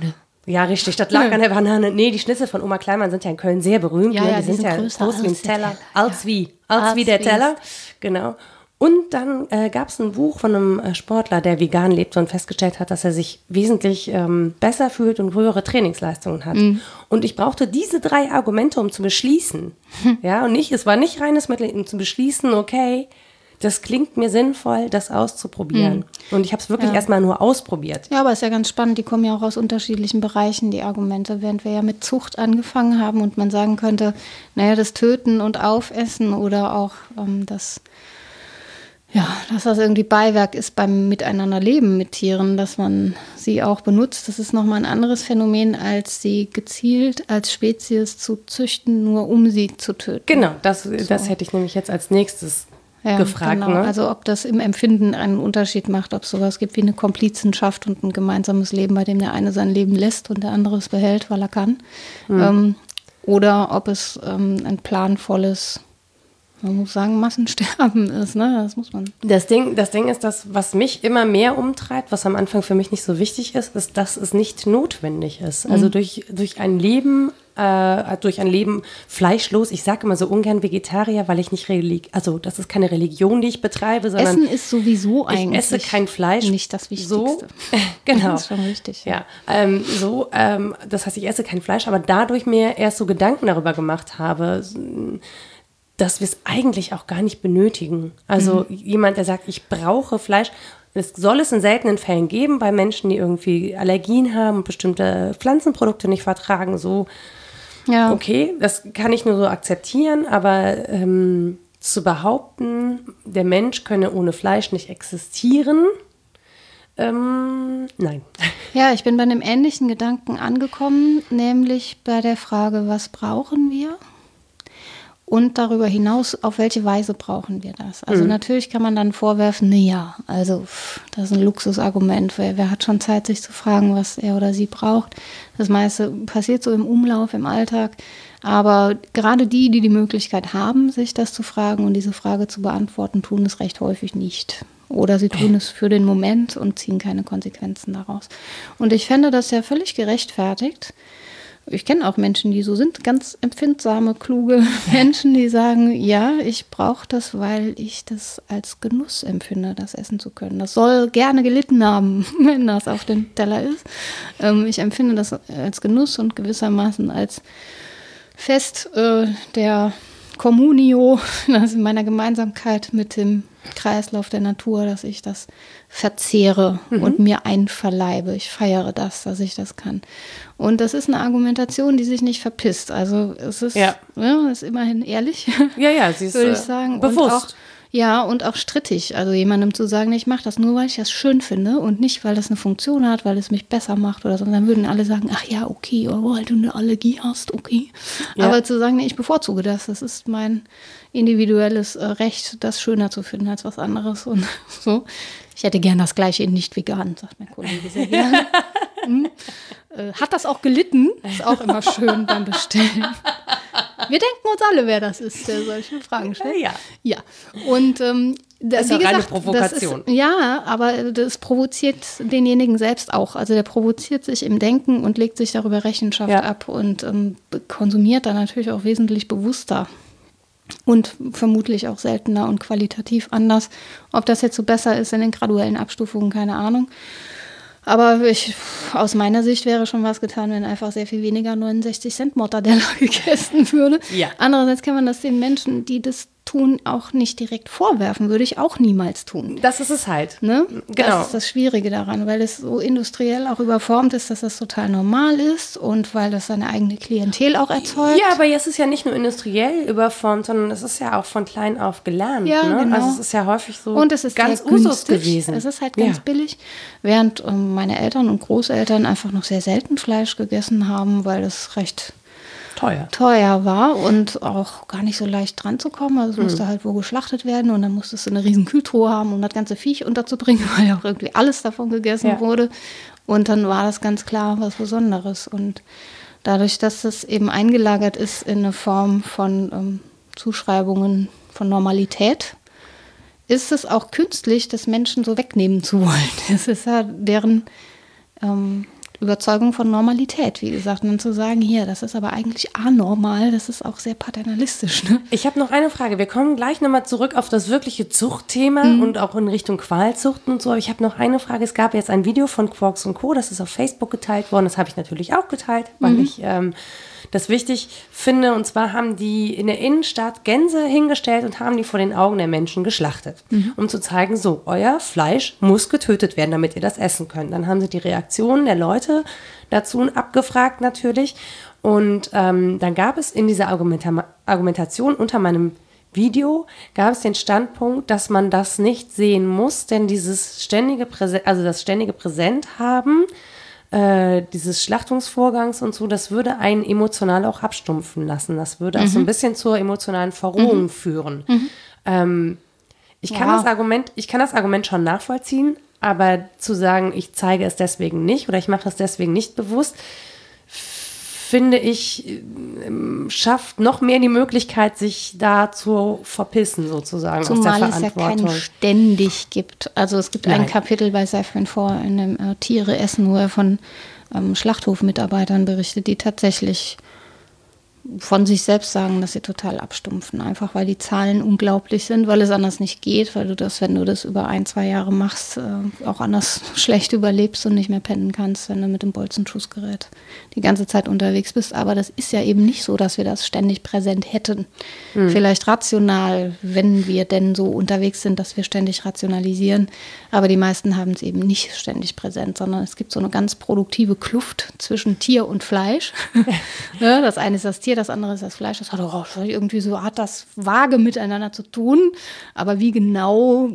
Ja, richtig, das lag an der Banane. Nee, die Schnitzel von Oma Kleinmann sind ja in Köln sehr berühmt.
Ja,
ne?
ja,
die,
die
sind
sind
ja
größer
groß wie ein
als der
Teller.
Teller,
Als
ja.
wie. Als,
Als
wie der
wie.
Teller. Genau. Und dann äh, gab es ein Buch von einem äh, Sportler, der vegan lebte und festgestellt hat, dass er sich wesentlich ähm, besser fühlt und höhere Trainingsleistungen hat. Mm. Und ich brauchte diese drei Argumente, um zu beschließen. Hm. Ja, und nicht, es war nicht reines Mittel, um zu beschließen, okay, das klingt mir sinnvoll, das auszuprobieren. Mm. Und ich habe es wirklich ja. erstmal nur ausprobiert.
Ja, aber ist ja ganz spannend, die kommen ja auch aus unterschiedlichen Bereichen, die Argumente, während wir ja mit Zucht angefangen haben und man sagen könnte, naja, das Töten und Aufessen oder auch ähm, das... Ja, dass das irgendwie Beiwerk ist beim Miteinanderleben mit Tieren, dass man sie auch benutzt. Das ist nochmal ein anderes Phänomen, als sie gezielt als Spezies zu züchten, nur um sie zu töten.
Genau, das,
so.
das hätte ich nämlich jetzt als nächstes
ja,
gefragt.
Genau.
Ne?
Also ob das im Empfinden einen Unterschied macht, ob es sowas gibt wie eine Komplizenschaft und ein gemeinsames Leben, bei dem der eine sein Leben lässt und der andere es behält, weil er kann. Mhm. Ähm, oder ob es ähm, ein planvolles... Man muss sagen, Massensterben ist, ne? Das muss man.
Das Ding, das Ding ist, das, was mich immer mehr umtreibt, was am Anfang für mich nicht so wichtig ist, ist, dass es nicht notwendig ist. Also mhm. durch, durch ein Leben, äh, durch ein Leben fleischlos, ich sage immer so ungern Vegetarier, weil ich nicht Relig- also das ist keine Religion, die ich betreibe, sondern
Essen ist sowieso eigentlich
ich esse kein Fleisch.
Nicht das Wichtigste.
So, genau.
Das ist schon richtig.
Ja, ja ähm, so, ähm, das heißt, ich esse kein Fleisch, aber dadurch mir erst so Gedanken darüber gemacht habe, dass wir es eigentlich auch gar nicht benötigen. Also mhm. jemand, der sagt, ich brauche Fleisch, das soll es in seltenen Fällen geben, bei Menschen, die irgendwie Allergien haben und bestimmte Pflanzenprodukte nicht vertragen, so, ja. Okay, das kann ich nur so akzeptieren, aber ähm, zu behaupten, der Mensch könne ohne Fleisch nicht existieren, ähm, nein.
Ja, ich bin bei einem ähnlichen Gedanken angekommen, nämlich bei der Frage, was brauchen wir? Und darüber hinaus, auf welche Weise brauchen wir das? Also mhm. natürlich kann man dann vorwerfen, naja, also pff, das ist ein Luxusargument. Wer, wer hat schon Zeit, sich zu fragen, was er oder sie braucht? Das meiste passiert so im Umlauf, im Alltag. Aber gerade die, die die Möglichkeit haben, sich das zu fragen und diese Frage zu beantworten, tun es recht häufig nicht. Oder sie tun es für den Moment und ziehen keine Konsequenzen daraus. Und ich fände das ja völlig gerechtfertigt. Ich kenne auch Menschen, die so sind, ganz empfindsame, kluge Menschen, die sagen, ja, ich brauche das, weil ich das als Genuss empfinde, das essen zu können. Das soll gerne gelitten haben, wenn das auf dem Teller ist. Ähm, ich empfinde das als Genuss und gewissermaßen als Fest äh, der Communio, also meiner Gemeinsamkeit mit dem Kreislauf der Natur, dass ich das verzehre mhm. und mir einverleibe. Ich feiere das, dass ich das kann. Und das ist eine Argumentation, die sich nicht verpisst. Also es ist,
ja.
Ja, ist immerhin ehrlich,
ja, ja, sie ist
würde ich sagen.
bewusst.
Und auch, ja, und auch strittig. Also jemandem zu sagen, ich mache das nur, weil ich das schön finde und nicht, weil das eine Funktion hat, weil es mich besser macht oder so. Dann würden alle sagen, ach ja, okay, oder weil du eine Allergie hast, okay. Ja. Aber zu sagen, nee, ich bevorzuge das, das ist mein individuelles äh, Recht, das schöner zu finden als was anderes und so. Ich hätte gern das Gleiche in nicht vegan, sagt mein Kollege sehr gerne. hm. äh, hat das auch gelitten? Ist auch immer schön beim Bestellen. Wir denken uns alle, wer das ist, der solche Fragen stellt.
Ja.
Ja. Und ähm, da,
das ist
wie
auch
gesagt,
eine Provokation.
Das ist, ja, aber das provoziert denjenigen selbst auch. Also der provoziert sich im Denken und legt sich darüber Rechenschaft ja. ab und ähm, konsumiert dann natürlich auch wesentlich bewusster. Und vermutlich auch seltener und qualitativ anders. Ob das jetzt so besser ist in den graduellen Abstufungen, keine Ahnung. Aber ich, aus meiner Sicht wäre schon was getan, wenn einfach sehr viel weniger neunundsechzig Cent Mortadella gegessen würde.
Ja.
Andererseits kann man das den Menschen, die das tun, auch nicht direkt vorwerfen. Würde ich auch niemals tun.
Das ist es halt.
Ne?
Genau.
Das ist das Schwierige daran, weil es so industriell auch überformt ist, dass das total normal ist und weil das seine eigene Klientel auch erzeugt.
Ja, aber jetzt ist ja nicht nur industriell überformt, sondern es ist ja auch von klein auf gelernt.
Ja,
ne?
genau.
Also es ist ja häufig so
und es ist
ganz
sehr
Usus
günstig.
gewesen.
Es ist halt ganz
ja.
billig, während ähm, meine Eltern und Großeltern einfach noch sehr selten Fleisch gegessen haben, weil es recht
teuer.
teuer war und auch gar nicht so leicht dran zu kommen. Also es hm. musste halt wo geschlachtet werden und dann musstest du eine riesen Kühltruhe haben, um das ganze Viech unterzubringen, weil ja auch irgendwie alles davon gegessen ja. wurde. Und dann war das ganz klar was Besonderes. Und dadurch, dass das eben eingelagert ist in eine Form von ähm, Zuschreibungen von Normalität, ist es auch künstlich, das Menschen so wegnehmen zu wollen. Das ist ja deren ähm, Überzeugung von Normalität, wie gesagt. Und dann zu sagen, hier, das ist aber eigentlich anormal, das ist auch sehr paternalistisch. Ne?
Ich habe noch eine Frage. Wir kommen gleich nochmal zurück auf das wirkliche Zuchtthema mhm. und auch in Richtung Qualzucht und so. Aber ich habe noch eine Frage. Es gab jetzt ein Video von Quarks und Co., das ist auf Facebook geteilt worden. Das habe ich natürlich auch geteilt, weil mhm. ich ähm, das wichtig finde. Und zwar haben die in der Innenstadt Gänse hingestellt und haben die vor den Augen der Menschen geschlachtet, mhm. um zu zeigen, so, euer Fleisch muss getötet werden, damit ihr das essen könnt. Dann haben sie die Reaktionen der Leute dazu abgefragt natürlich. Und ähm, dann gab es in dieser Argumenta- Argumentation unter meinem Video, gab es den Standpunkt, dass man das nicht sehen muss, denn dieses ständige Präsent, also das ständige Präsent haben, dieses Schlachtungsvorgangs und so, das würde einen emotional auch abstumpfen lassen. Das würde mhm. auch so ein bisschen zur emotionalen Verrohung mhm. führen. Mhm. Ähm, ich, kann
wow.
das Argument, ich kann das Argument schon nachvollziehen, aber zu sagen, ich zeige es deswegen nicht oder ich mache es deswegen nicht bewusst, finde ich, schafft noch mehr die Möglichkeit, sich da zu verpissen, sozusagen,
Zumal
aus der
es ja
Verantwortung.
keinen ständig gibt. Also es gibt
Nein.
ein Kapitel bei Seyfried vor in dem äh, Tiere essen, wo er von ähm, Schlachthofmitarbeitern berichtet, die tatsächlich von sich selbst sagen, dass sie total abstumpfen. Einfach weil die Zahlen unglaublich sind, weil es anders nicht geht, weil du das, wenn du das über ein, zwei Jahre machst, äh, auch anders schlecht überlebst und nicht mehr pennen kannst, wenn du mit dem Bolzenschussgerät die ganze Zeit unterwegs bist. Aber das ist ja eben nicht so, dass wir das ständig präsent hätten. Hm. Vielleicht rational, wenn wir denn so unterwegs sind, dass wir ständig rationalisieren. Aber die meisten haben es eben nicht ständig präsent, sondern es gibt so eine ganz produktive Kluft zwischen Tier und Fleisch. Ja, das eine ist das Tier, das andere ist das Fleisch. Das hat auch irgendwie so, hat das vage miteinander zu tun. Aber wie genau?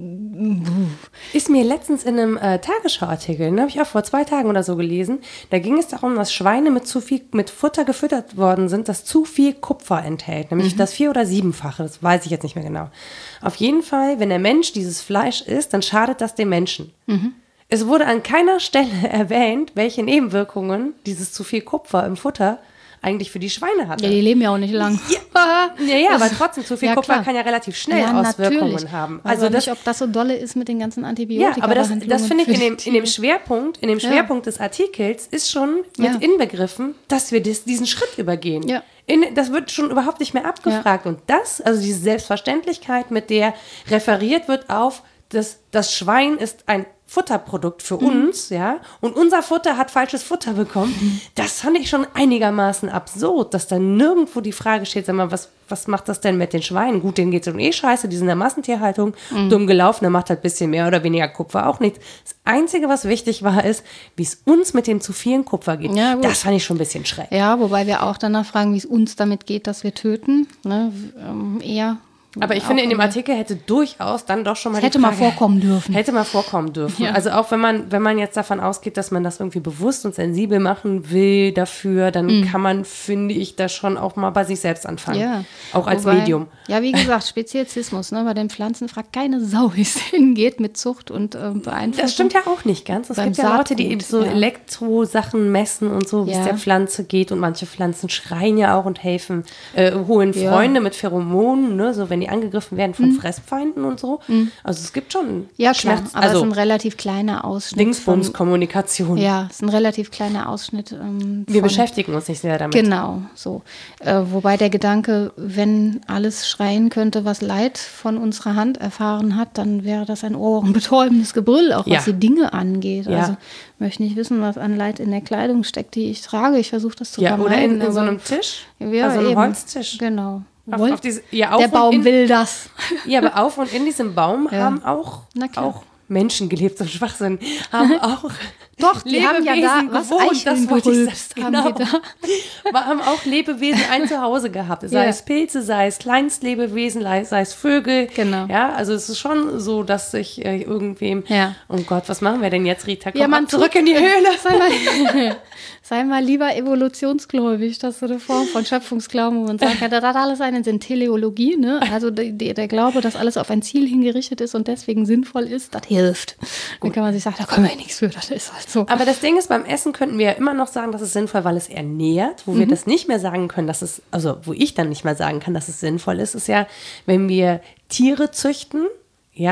Ist mir letztens in einem äh, Tagesschau-Artikel, ne, habe ich auch vor zwei Tagen oder so gelesen, da ging es darum, dass Schweine mit zu viel mit Futter gefüttert worden sind, das zu viel Kupfer enthält. Nämlich mhm. das vier- oder siebenfache, das weiß ich jetzt nicht mehr genau. Auf jeden Fall, wenn der Mensch dieses Fleisch isst, dann schadet das dem Menschen. Mhm. Es wurde an keiner Stelle erwähnt, welche Nebenwirkungen dieses zu viel Kupfer im Futter eigentlich für die Schweine hatte.
Ja, die leben ja auch nicht lang.
Ja, ja, ja, aber trotzdem, zu viel
ja,
Kupfer
klar.
kann ja relativ schnell
ja,
Auswirkungen
natürlich.
haben.
Also
also
nicht,
das,
ob das so dolle ist mit den ganzen Antibiotika.
Ja, aber das, das finde ich in dem, in dem Schwerpunkt, in dem Schwerpunkt ja. des Artikels ist schon mit
ja.
inbegriffen, dass wir das, diesen Schritt übergehen.
Ja.
In, das wird schon überhaupt nicht mehr abgefragt.
Ja.
Und das, also diese Selbstverständlichkeit, mit der referiert wird auf, dass das Schwein ist ein Futterprodukt für mhm. uns, ja, und unser Futter hat falsches Futter bekommen, mhm. das fand ich schon einigermaßen absurd, dass da nirgendwo die Frage steht, sag mal, was, was macht das denn mit den Schweinen? Gut, denen geht es um eh scheiße, die sind in der Massentierhaltung, mhm. dumm gelaufen, der macht halt ein bisschen mehr oder weniger Kupfer, auch nichts. Das Einzige, was wichtig war, ist, wie es uns mit dem zu vielen Kupfer geht. Ja, das fand ich schon ein bisschen schräg.
Ja, wobei wir auch danach fragen, wie es uns damit geht, dass wir töten, ne, ähm, eher.
Aber ich finde, in dem Artikel hätte durchaus dann doch schon mal
hätte
die Frage,
mal vorkommen dürfen.
Hätte mal vorkommen dürfen. Ja. Also auch wenn man, wenn man jetzt davon ausgeht, dass man das irgendwie bewusst und sensibel machen will dafür, dann mhm. kann man, finde ich, da schon auch mal bei sich selbst anfangen. Ja. Auch als Wobei, Medium.
Ja, wie gesagt, Speziesismus. Ne? Bei den Pflanzen fragt keine Sau, wie es hingeht mit Zucht und äh, Beeinflussung.
Das stimmt ja auch nicht ganz. Es gibt ja Leute, die eben so ja. Elektro-Sachen messen und so, wie ja. es der Pflanze geht. Und manche Pflanzen schreien ja auch und helfen, äh, holen ja. Freunde mit Pheromonen, ne? So wenn die angegriffen werden von mhm. Fressfeinden und so. Mhm. Also es gibt schon
ja, klar,
Schmerz.
Aber
also
es ist ein relativ kleiner Ausschnitt.
Dingsbums-Kommunikation.
Ja, es ist ein relativ kleiner Ausschnitt. Ähm,
Wir von, beschäftigen uns nicht sehr damit.
Genau, so. Äh, wobei der Gedanke, wenn alles schreien könnte, was Leid von unserer Hand erfahren hat, dann wäre das ein ohrenbetäubendes Gebrüll, auch was ja. die Dinge angeht. Ja. Also ich möchte nicht wissen, was an Leid in der Kleidung steckt, die ich trage. Ich versuche das zu
ja,
vermeiden.
Oder in, in so einem Tisch,
ja,
also einem
eben.
Holztisch.
Genau.
Auf, auf diese, ja,
der Baum
in,
will das.
Ja, aber auf und in diesem Baum
ja.
haben auch, auch Menschen gelebt, so Schwachsinn, haben auch
Doch, die haben ja da was
gewohnt, das wollte ich sagen,
haben
genau.
die da.
Wir haben auch Lebewesen ein Zuhause gehabt, sei ja. es Pilze, sei es Kleinstlebewesen, sei es Vögel.
Genau.
Ja, also es ist schon so, dass sich äh, irgendwem,
ja.
oh Gott, was machen wir denn jetzt, Rita? Komm
ja, man
zurück in die Höhle.
Sei mal, sei mal lieber evolutionsgläubig, das ist so eine Form von Schöpfungsglauben, wo man sagt, ja, das hat alles einen Sinn, Teleologie, ne? Also die, die, der Glaube, dass alles auf ein Ziel hingerichtet ist und deswegen sinnvoll ist, das hilft. Gut. Dann kann man sich sagen, da können wir ja nichts für, das ist halt so.
Aber das Ding ist, beim Essen könnten wir ja immer noch sagen, das ist sinnvoll, weil es ernährt. Wo mhm. wir das nicht mehr sagen können, dass es, also wo ich dann nicht mehr sagen kann, dass es sinnvoll ist, ist ja, wenn wir Tiere züchten, ja,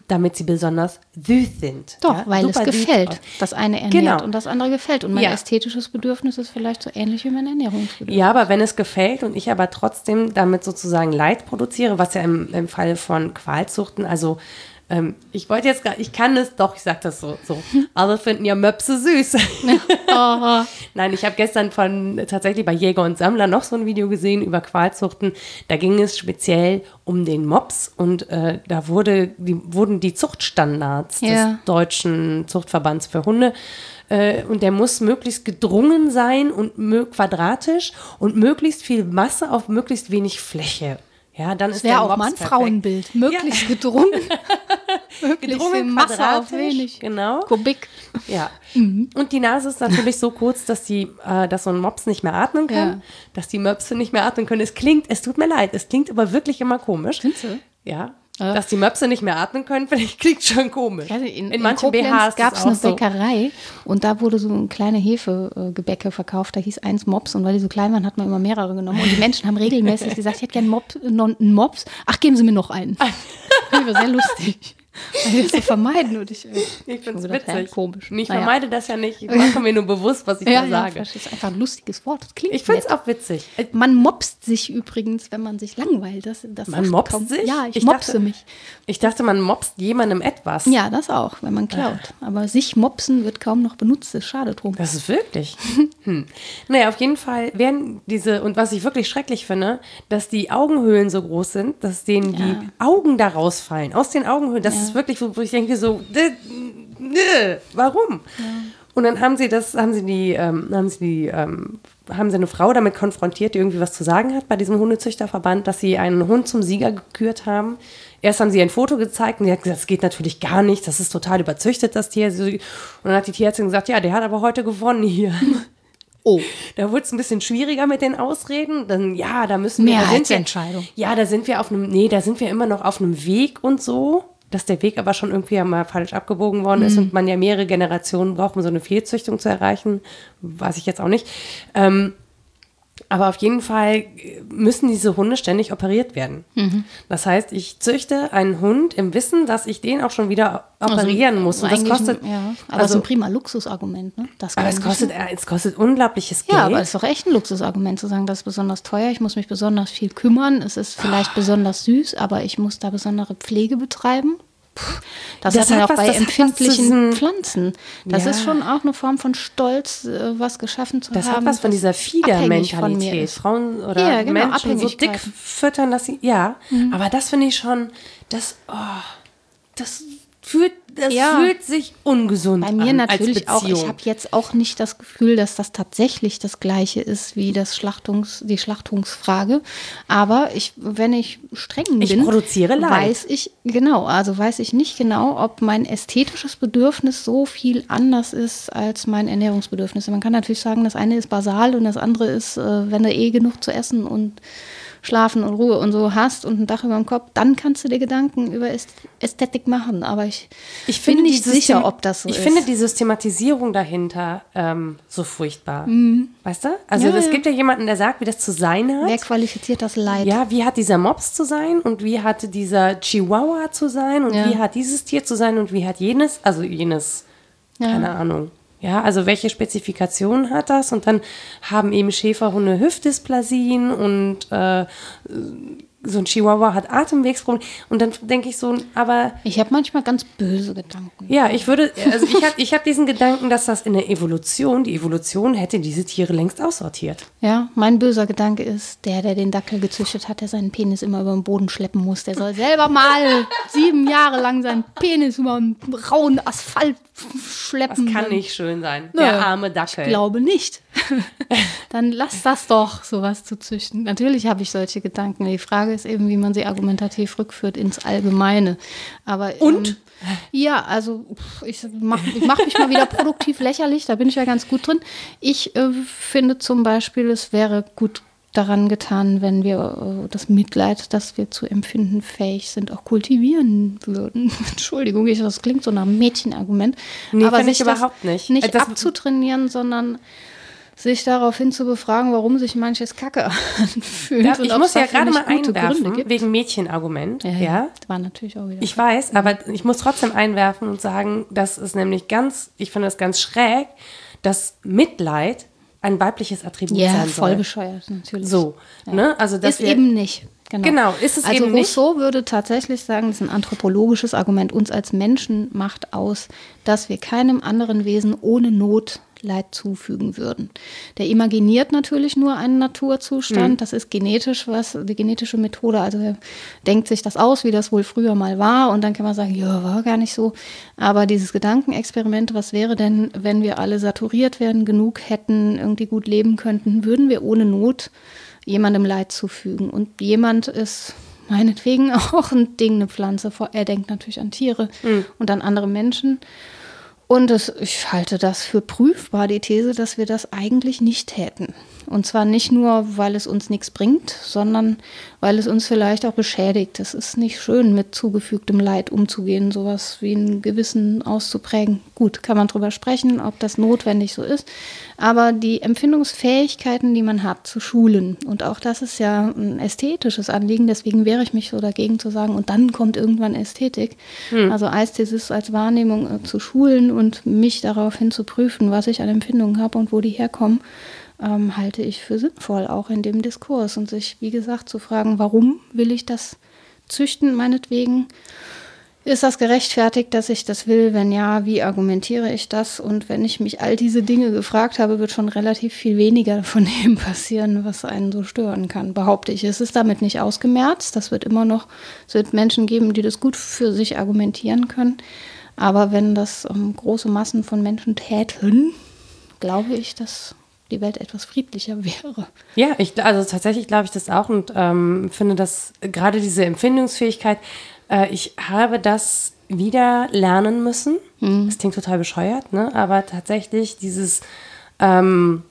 damit sie besonders süß sind.
Doch,
ja?
weil
Super
es gefällt.
süß.
Das eine ernährt
Genau.
und das andere gefällt. Und mein
Ja.
ästhetisches Bedürfnis ist vielleicht so ähnlich wie mein Ernährungsbedürfnis.
Ja, aber wenn es gefällt und ich aber trotzdem damit sozusagen Leid produziere, was ja im, im Fall von Qualzuchten, also ähm, ich wollte jetzt gar, ich kann es, doch, ich sag das so, so. Alle finden ja Möpse süß.
Oh.
Nein, ich habe gestern von tatsächlich bei Jäger und Sammler noch so ein Video gesehen über Qualzuchten. Da ging es speziell um den Mops und äh, da wurde, die, wurden die Zuchtstandards
Ja.
des Deutschen Zuchtverbands für Hunde äh, und der muss möglichst gedrungen sein und mö- quadratisch und möglichst viel Masse auf möglichst wenig Fläche. Ja, dann
Das
ist
wäre
der
auch
Mops
mal ein
perfekt.
Frauenbild. Möglichst gedrungen. Möglichst
Gedrungen,
viel Masse auf
quadratisch,
wenig
genau.
Kubik.
Ja. Und die Nase ist natürlich so kurz, dass die, äh, dass so ein Mops nicht mehr atmen kann,
Ja.
dass die Möpse nicht mehr atmen können. Es klingt, es tut mir leid, es klingt aber wirklich immer komisch.
Findest du?
Ja.
Ja.
Dass die Möpse nicht mehr atmen können, finde ich, klingt schon komisch.
Ja, in,
in manchen
Koblenz
B Hs
gab es
ist
eine
auch so.
Bäckerei und da wurde so ein kleine Hefegebäcke verkauft. Da hieß eins Mops und weil die so klein waren, hat man immer mehrere genommen. Und die Menschen haben regelmäßig gesagt, ich hätte gerne Mops, non- einen Mops. Ach, geben Sie mir noch einen. Das war sehr lustig. Weil wir das so vermeiden. Und ich
Ich finde es
gedacht,
witzig.
ja, komisch.
Ich
Naja.
vermeide das ja nicht. Ich mache mir nur bewusst, was ich
Ja,
da
ja,
sage.
das ist einfach ein lustiges Wort. Das klingt
Ich finde es
nett.
auch witzig. Äh,
Man mopst sich übrigens, wenn man sich langweilt. Das, das
Man
sagt
mopst
kaum-
sich?
Ja, ich,
Ich
mopse
dachte-
mich.
Ich dachte, man mopst jemandem etwas.
Ja, das auch, wenn man klaut. Aber sich mopsen wird kaum noch benutzt. Das ist schade drum.
Das ist wirklich. Hm. Naja, auf jeden Fall werden diese, und was ich wirklich schrecklich finde, dass die Augenhöhlen so groß sind, dass denen
Ja.
die Augen da rausfallen. Aus den Augenhöhlen. Das
Ja.
ist wirklich, wo wo ich denke so, dä, dä, warum? Und dann haben sie das, haben sie die, ähm, haben sie die, ähm, haben sie eine Frau damit konfrontiert, die irgendwie was zu sagen hat bei diesem Hundezüchterverband, dass sie einen Hund zum Sieger gekürt haben. Erst haben sie ein Foto gezeigt und sie hat gesagt, das geht natürlich gar nicht, das ist total überzüchtet, das Tier. Und dann hat die Tierärztin gesagt, ja, der hat aber heute gewonnen hier.
Oh.
Da wurde es ein bisschen schwieriger mit den Ausreden. Dann, ja, da müssen wir. da sind wir-
Mehrheitsentscheidung.
Ja, da sind wir auf einem, nee, da sind wir immer noch auf einem Weg und so, dass der Weg aber schon irgendwie ja mal falsch abgebogen worden ist und man ja mehrere Generationen braucht, um so eine Fehlzüchtung zu erreichen. Weiß ich jetzt auch nicht. Ähm, aber auf jeden Fall müssen diese Hunde ständig operiert werden. Das heißt, ich züchte einen Hund im Wissen, dass ich den auch schon wieder operieren muss. Und das
Eigentlich
kostet,
ein, ja, aber das ist
also,
ein prima Luxusargument. Ne? Das
aber
kann
es
ich
kostet,
nicht.
äh, es kostet unglaubliches Geld.
Ja, aber es ist doch echt ein Luxusargument zu sagen, das ist besonders teuer, ich muss mich besonders viel kümmern, es ist vielleicht besonders süß, aber ich muss da besondere Pflege betreiben. Puh, das,
Das
hat man
hat
auch
was-
bei
das hat was zu
empfindlichen
diesem-
Pflanzen. Das
Ja.
ist schon auch eine Form von Stolz, äh, was geschaffen zu
Das
haben.
hat was von
das
dieser
abhängig von mir
Fiedermentalität.
ist.
Frauen oder
Ja, genau,
Menschen so dick
Abhängigkeiten.
füttern, dass sie, ja. Aber das finde ich schon, das, oh, das fühlt, das
Ja.
fühlt sich ungesund
Bei
an
mir natürlich
als
auch. Ich
Beziehung.
habe jetzt auch nicht das Gefühl, dass das tatsächlich das Gleiche ist wie das Schlachtungs, die Schlachtungsfrage. Aber ich, wenn ich streng
Ich
bin,
produziere Leid.
weiß ich genau, also weiß ich nicht genau, ob mein ästhetisches Bedürfnis so viel anders ist als mein Ernährungsbedürfnis. Man kann natürlich sagen, das eine ist basal und das andere ist, äh, wenn du eh genug zu essen und Schlafen und Ruhe und so hast und ein Dach über dem Kopf, dann kannst du dir Gedanken über Äst- Ästhetik machen. Aber ich,
Ich
bin
finde
nicht
die
sicher,
System-
ob das so
ich
ist.
Ich finde die Systematisierung dahinter ähm, so furchtbar. Weißt du? Also
Ja,
es
ja.
gibt ja jemanden, der sagt, wie das zu sein hat.
Wer qualifiziert das Leid?
Ja, wie hat dieser Mops zu sein und wie hat dieser Chihuahua zu sein und
Ja.
wie hat dieses Tier zu sein und wie hat jenes, also jenes,
Ja.
keine Ahnung. Ja, also welche Spezifikationen hat das? Und dann haben eben Schäferhunde Hüftdysplasien und äh, so ein Chihuahua hat Atemwegsprobleme. Und dann denke ich so, aber
Ich habe manchmal ganz böse Gedanken.
ja, ich würde, also ich habe ich hab diesen Gedanken, dass das in der Evolution, die Evolution hätte diese Tiere längst aussortiert.
Ja, mein böser Gedanke ist, der, der den Dackel gezüchtet hat, der seinen Penis immer über den Boden schleppen muss, der soll selber mal sieben Jahre lang seinen Penis über den rauen Asphalt schleppen.
Das kann
Dann-
nicht schön sein.
Nö,
Der arme Dackel.
Ich glaube nicht. Dann lass das doch, sowas zu züchten. Natürlich habe ich solche Gedanken. Die Frage ist eben, wie man sie argumentativ rückführt ins Allgemeine. Aber,
Und?
Ähm, ja, also pff, ich mache ich mach mich mal wieder produktiv lächerlich, da bin ich ja ganz gut drin. Ich äh, finde zum Beispiel, es wäre gut daran getan, wenn wir äh, das Mitleid, das wir zu empfinden fähig sind, auch kultivieren würden. Entschuldigung, ich, das klingt so nach einem Mädchenargument.
Nee,
aber
finde ich
sich das
überhaupt nicht.
Nicht
Äh, das-
abzutrainieren, sondern sich daraufhin zu befragen, warum sich manches Kacke anfühlt.
Ja,
und
ich
ob
muss
es
ja
dafür
gerade
nicht
mal
gute Gründe
einwerfen,
gibt.
wegen Mädchenargument.
Ja,
Ja,
ja, das war natürlich auch wieder.
ich weiß, aber ich muss trotzdem einwerfen und sagen, das ist nämlich ganz, ich finde das ganz schräg, dass Mitleid ein weibliches Attribut
ja,
sein soll.
voll bescheuert, natürlich.
So,
ja.
ne? Also, dass
ist
wir,
eben nicht. Genau.
Genau, ist es
also
eben nicht.
Rousseau würde tatsächlich sagen, das ist ein anthropologisches Argument, uns als Menschen macht aus, dass wir keinem anderen Wesen ohne Not Leid zufügen würden. Der imaginiert natürlich nur einen Naturzustand, mhm. das ist genetisch was, die genetische Methode, also er denkt sich das aus, wie das wohl früher mal war und dann kann man sagen, ja, war gar nicht so, aber dieses Gedankenexperiment, was wäre denn, wenn wir alle saturiert werden, genug hätten, irgendwie gut leben könnten, würden wir ohne Not jemandem Leid zufügen und jemand ist meinetwegen auch ein Ding, eine Pflanze, er denkt natürlich an Tiere mhm. und an andere Menschen. Und es, ich halte das für prüfbar, die These, dass wir das eigentlich nicht täten. Und zwar nicht nur, weil es uns nichts bringt, sondern weil es uns vielleicht auch beschädigt. Es ist nicht schön, mit zugefügtem Leid umzugehen, sowas wie ein Gewissen auszuprägen. Gut, kann man drüber sprechen, ob das notwendig so ist. Aber die Empfindungsfähigkeiten, die man hat, zu schulen, und auch das ist ja ein ästhetisches Anliegen, deswegen wehre ich mich so dagegen zu sagen, und dann kommt irgendwann Ästhetik. Hm. Also Ästhesis als Wahrnehmung äh, zu schulen und mich daraufhin zu prüfen, was ich an Empfindungen habe und wo die herkommen, ähm, halte ich für sinnvoll, auch in dem Diskurs. Und sich, wie gesagt, zu fragen, warum will ich das züchten, meinetwegen? Ist das gerechtfertigt, dass ich das will? Wenn ja, wie argumentiere ich das? Und wenn ich mich all diese Dinge gefragt habe, wird schon relativ viel weniger von dem passieren, was einen so stören kann, behaupte ich. Es ist damit nicht ausgemerzt. Das wird immer noch, es wird Menschen geben, die das gut für sich argumentieren können. Aber wenn das um, große Massen von Menschen täten, glaube ich, dass die Welt etwas friedlicher wäre.
Ja, ich, also tatsächlich glaube ich das auch und ähm, finde, dass gerade diese Empfindungsfähigkeit, äh, ich habe das wieder lernen müssen. Hm. Das klingt total bescheuert, ne? Aber tatsächlich dieses, ähm,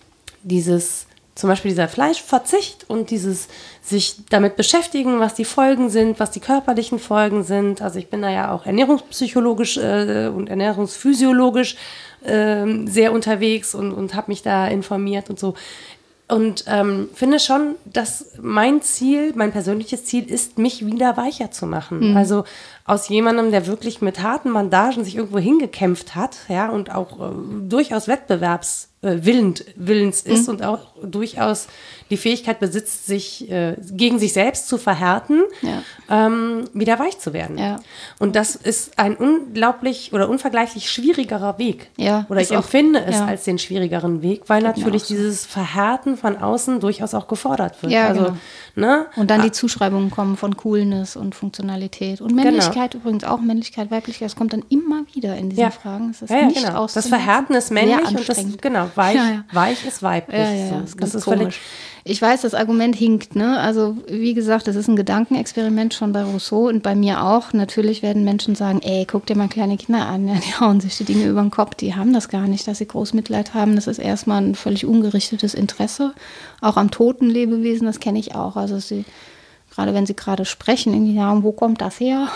dieses zum Beispiel dieser Fleischverzicht und dieses sich damit beschäftigen, was die Folgen sind, was die körperlichen Folgen sind. Also ich bin da ja auch ernährungspsychologisch äh, und ernährungsphysiologisch äh, sehr unterwegs und, und habe mich da informiert und so. Und ähm, finde schon, dass mein Ziel, mein persönliches Ziel ist, mich wieder weicher zu machen. Mhm. Also aus jemandem, der wirklich mit harten Bandagen sich irgendwo hingekämpft hat, ja, und auch äh, durchaus wettbewerbswillend willens ist mhm. und auch durchaus die Fähigkeit besitzt, sich äh, gegen sich selbst zu verhärten, ja. ähm, wieder weich zu werden. Ja. Und das ist ein unglaublich oder unvergleichlich schwierigerer Weg. Ja, oder ich auch, empfinde es ja. als den schwierigeren Weg, weil Geht natürlich so. Dieses Verhärten von außen durchaus auch gefordert wird.
Ja,
also,
genau.
ne?
Und dann die Zuschreibungen kommen von Coolness und Funktionalität und Männlichkeit genau. übrigens auch, Männlichkeit, Weiblichkeit, das kommt dann immer wieder in diesen
ja.
Fragen. Es ist
ja, ja,
nicht
genau. Das Verhärten ist männlich und das, genau, weich,
ja, ja.
weich ist weiblich.
Ja, ja, ja.
So.
Das,
das ist
komisch.
völlig
Ich weiß, das Argument hinkt, ne? Also wie gesagt, das ist ein Gedankenexperiment schon bei Rousseau und bei mir auch. Natürlich werden Menschen sagen, ey, guck dir mal kleine Kinder an, ja, die hauen sich die Dinge über den Kopf, die haben das gar nicht, dass sie groß Mitleid haben. Das ist erstmal ein völlig ungerichtetes Interesse, auch am toten Lebewesen, das kenne ich auch. Also sie, gerade wenn sie gerade sprechen, irgendwie, ja, wo kommt das her?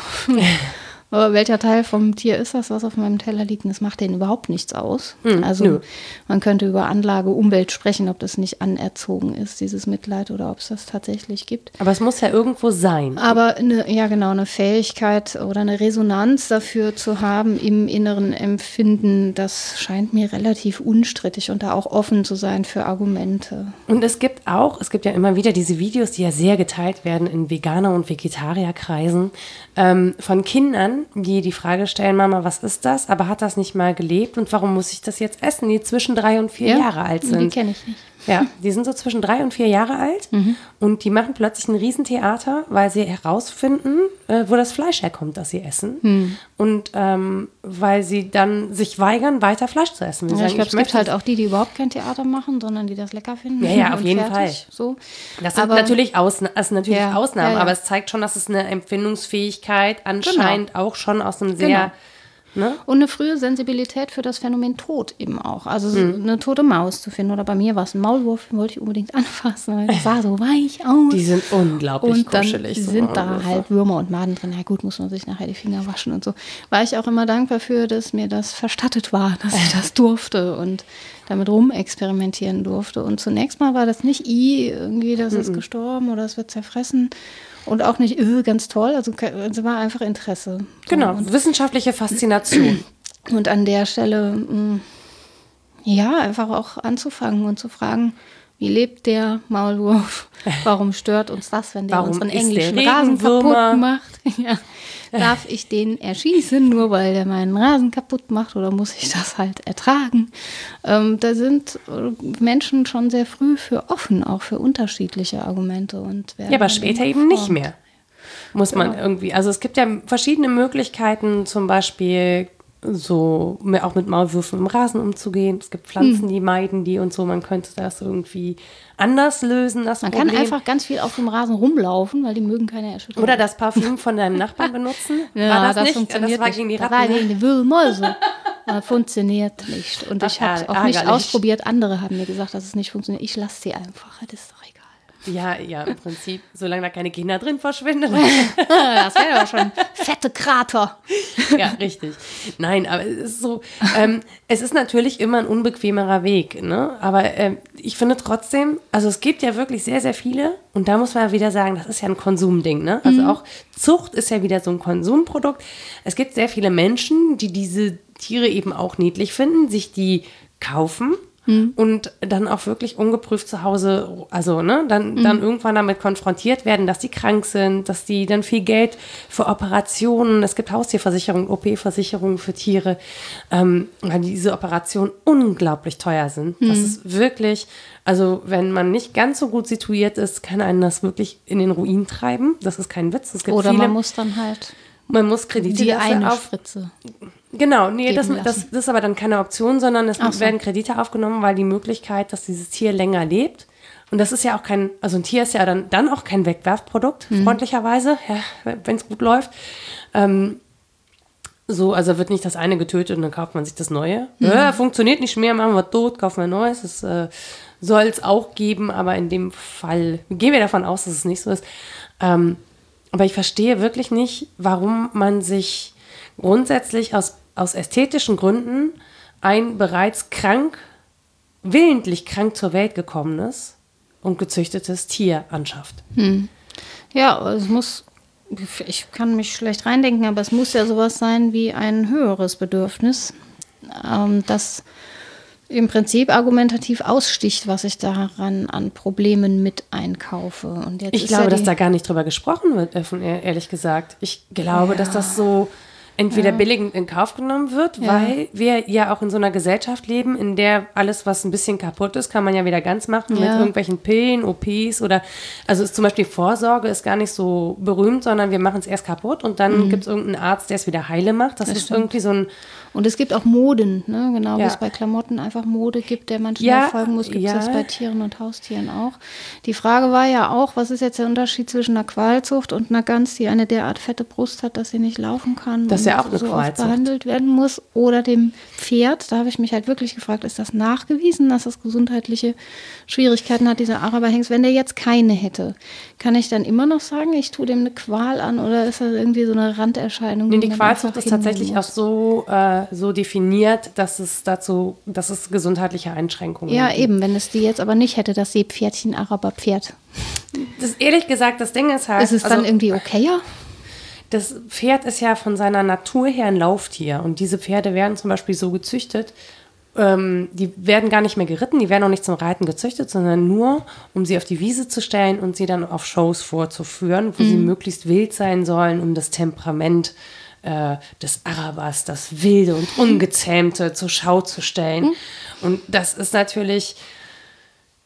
Aber welcher Teil vom Tier ist das, was auf meinem Teller liegt? Und das macht denen überhaupt nichts aus. Hm, also nö. Man könnte über Anlage, Umwelt sprechen, ob das nicht anerzogen ist, dieses Mitleid, oder ob es das tatsächlich gibt.
Aber es muss ja irgendwo sein.
Aber eine, ja genau, eine Fähigkeit oder eine Resonanz dafür zu haben im inneren Empfinden, das scheint mir relativ unstrittig und da auch offen zu sein für Argumente.
Und es gibt auch, es gibt ja immer wieder diese Videos, die ja sehr geteilt werden in Veganer- und Vegetarierkreisen, ähm, von Kindern, die die Frage stellen, Mama, was ist das? Aber hat das nicht mal gelebt? Und warum muss ich das jetzt essen? Die zwischen drei und vier
ja,
Jahre alt sind.
Die kenne ich nicht.
Ja, die sind so zwischen drei und vier Jahre alt mhm. und die machen plötzlich ein Riesentheater, weil sie herausfinden, äh, wo das Fleisch herkommt, das sie essen. Mhm. Und ähm, weil sie dann sich weigern, weiter Fleisch zu essen.
Ja,
sagen,
ich glaube, es gibt halt auch die, die überhaupt kein Theater machen, sondern die das lecker finden.
Ja, ja, auf jeden
fertig,
Fall.
So.
Das sind aber, natürlich, Ausna- das sind natürlich
ja,
Ausnahmen,
ja, ja.
aber es zeigt schon, dass es eine Empfindungsfähigkeit anscheinend genau. auch schon aus einem sehr...
Genau.
Ne?
Und eine frühe Sensibilität für das Phänomen Tod eben auch. Also so eine tote Maus zu finden. Oder bei mir war es ein Maulwurf, den wollte ich unbedingt anfassen, weil das sah so weich aus.
Die sind unglaublich
und dann
kuschelig. So
sind da
Maulwürfe.
halt Würmer und Maden drin. Ja gut, muss man sich nachher die Finger waschen und so. War ich auch immer dankbar für, dass mir das verstattet war, dass ich das durfte und damit rumexperimentieren durfte. Und zunächst mal war das nicht i, irgendwie, das ist gestorben oder es wird zerfressen. Und auch nicht öh, ganz toll, also es war einfach Interesse.
Genau,
und,
wissenschaftliche Faszination.
und an der Stelle, mh, ja, einfach auch anzufangen und zu fragen, wie lebt der Maulwurf? Warum stört uns das, wenn der
Warum
unseren
ist der
englischen Rasen
Regenwürmer?
kaputt macht? Ja. Darf ich den erschießen, nur weil der meinen Rasen kaputt macht, oder muss ich das halt ertragen? Ähm, da sind Menschen schon sehr früh für offen, auch für unterschiedliche Argumente. Und werden
Ja, aber
dann
später
immer
eben nicht
geformt.
mehr. Muss man
Genau.
irgendwie, also es gibt ja verschiedene Möglichkeiten, zum Beispiel so auch mit Maulwürfen im Rasen umzugehen. Es gibt Pflanzen,
Hm.
die meiden die und so. Man könnte das irgendwie anders lösen, das
Man
Problem.
kann einfach ganz viel auf dem Rasen rumlaufen, weil die mögen keine Erschütterung.
Oder das Parfüm von deinem Nachbarn benutzen.
Ja,
war das,
das
nicht?
funktioniert
Das war
nicht.
gegen die
Das
Ratten.
war gegen die Wühlmäuse. Das funktioniert nicht. Und ich
Ach,
habe es auch nicht
ärgerlich.
ausprobiert. Andere haben mir gesagt, dass es nicht funktioniert. Ich lasse sie einfach. Das ist doch egal.
Ja, ja, im Prinzip, solange da keine Kinder drin verschwinden.
Das wäre doch schon fette Krater.
Ja, richtig. Nein, aber es ist so, ähm, es ist natürlich immer ein unbequemerer Weg, ne? Aber ähm, ich finde trotzdem, also es gibt ja wirklich sehr, sehr viele, und da muss man ja wieder sagen, das ist ja ein Konsumding, ne? Also auch Zucht ist ja wieder so ein Konsumprodukt. Es gibt sehr viele Menschen, die diese Tiere eben auch niedlich finden, sich die kaufen. Und dann auch wirklich ungeprüft zu Hause, also ne, dann, mhm. dann irgendwann damit konfrontiert werden, dass die krank sind, dass die dann viel Geld für Operationen, es gibt Haustierversicherungen, O P-Versicherungen für Tiere, ähm, weil diese Operationen unglaublich teuer sind. Mhm. Das ist wirklich, also wenn man nicht ganz so gut situiert ist, kann einen das wirklich in den Ruin treiben. Das ist kein Witz. Es gibt
Oder
viele,
man muss dann halt
man muss Kredite
die
dafür
eine
auf.
Spritze.
Genau, nee, das,
geben
das,
lassen.
das ist aber dann keine Option, sondern es
Ach so.
werden Kredite aufgenommen, weil die Möglichkeit, dass dieses Tier länger lebt, und das ist ja auch kein, also ein Tier ist ja dann, dann auch kein Wegwerfprodukt,
Mhm.
freundlicherweise, ja, wenn es gut läuft. Ähm, so, also wird nicht das eine getötet und dann kauft man sich das Neue.
Mhm.
Ja, funktioniert nicht mehr, machen wir tot, kaufen wir ein Neues. Das äh, soll es auch geben, aber in dem Fall gehen wir davon aus, dass es nicht so ist. Ähm, aber ich verstehe wirklich nicht, warum man sich grundsätzlich aus, aus ästhetischen Gründen ein bereits krank, willentlich krank zur Welt gekommenes und gezüchtetes Tier anschafft.
Ja, es muss, ich kann mich schlecht reindenken, aber es muss ja sowas sein wie ein höheres Bedürfnis, ähm, das im Prinzip argumentativ aussticht, was ich daran an Problemen mit einkaufe. Und jetzt
Ich
ist
glaube,
ja
dass
die,
da gar nicht drüber gesprochen wird, äh, von, ehrlich gesagt. Ich glaube,
Ja.
dass das so entweder
Ja.
billigend in Kauf genommen wird,
Ja.
weil wir ja auch in so einer Gesellschaft leben, in der alles, was ein bisschen kaputt ist, kann man ja wieder ganz machen mit
Ja.
irgendwelchen Pillen, O Ps oder, also ist zum Beispiel Vorsorge ist gar nicht so berühmt, sondern wir machen es erst kaputt und dann gibt es irgendeinen Arzt, der es wieder heile macht. Das,
Das
ist
stimmt.
irgendwie so ein,
Und es gibt auch Moden, ne? Genau wie
Ja.
es bei Klamotten einfach Mode gibt, der man schnell
Ja,
folgen muss, gibt es
ja.
das bei Tieren und Haustieren auch. Die Frage war ja auch, was ist jetzt der Unterschied zwischen einer Qualzucht und einer Gans, die eine derart fette Brust hat, dass sie nicht laufen kann
Das ist
und
ja auch eine
so oft
Qualzucht.
behandelt werden muss, oder dem Pferd. Da habe ich mich halt wirklich gefragt, ist das nachgewiesen, dass es gesundheitliche Schwierigkeiten hat, dieser Araberhengst? Wenn der jetzt keine hätte, kann ich dann immer noch sagen, ich tue dem eine Qual an, oder ist das irgendwie so eine Randerscheinung?
nee, die
man
Qualzucht
einfach
ist tatsächlich
hinnehmen
auch so, äh, so definiert, dass es dazu, dass es gesundheitliche Einschränkungen
Ja,
gibt.
eben, wenn es die jetzt aber nicht hätte, das Seepferdchen, Araberpferd.
Das, ehrlich gesagt, das Ding ist halt,
Ist es dann
also,
irgendwie okayer?
das Pferd ist ja von seiner Natur her ein Lauftier und diese Pferde werden zum Beispiel so gezüchtet, ähm, die werden gar nicht mehr geritten, die werden auch nicht zum Reiten gezüchtet, sondern nur, um sie auf die Wiese zu stellen und sie dann auf Shows vorzuführen, wo sie möglichst wild sein sollen, um das Temperament äh, des Arabers, das Wilde und Ungezähmte zur Schau zu stellen. Und das ist natürlich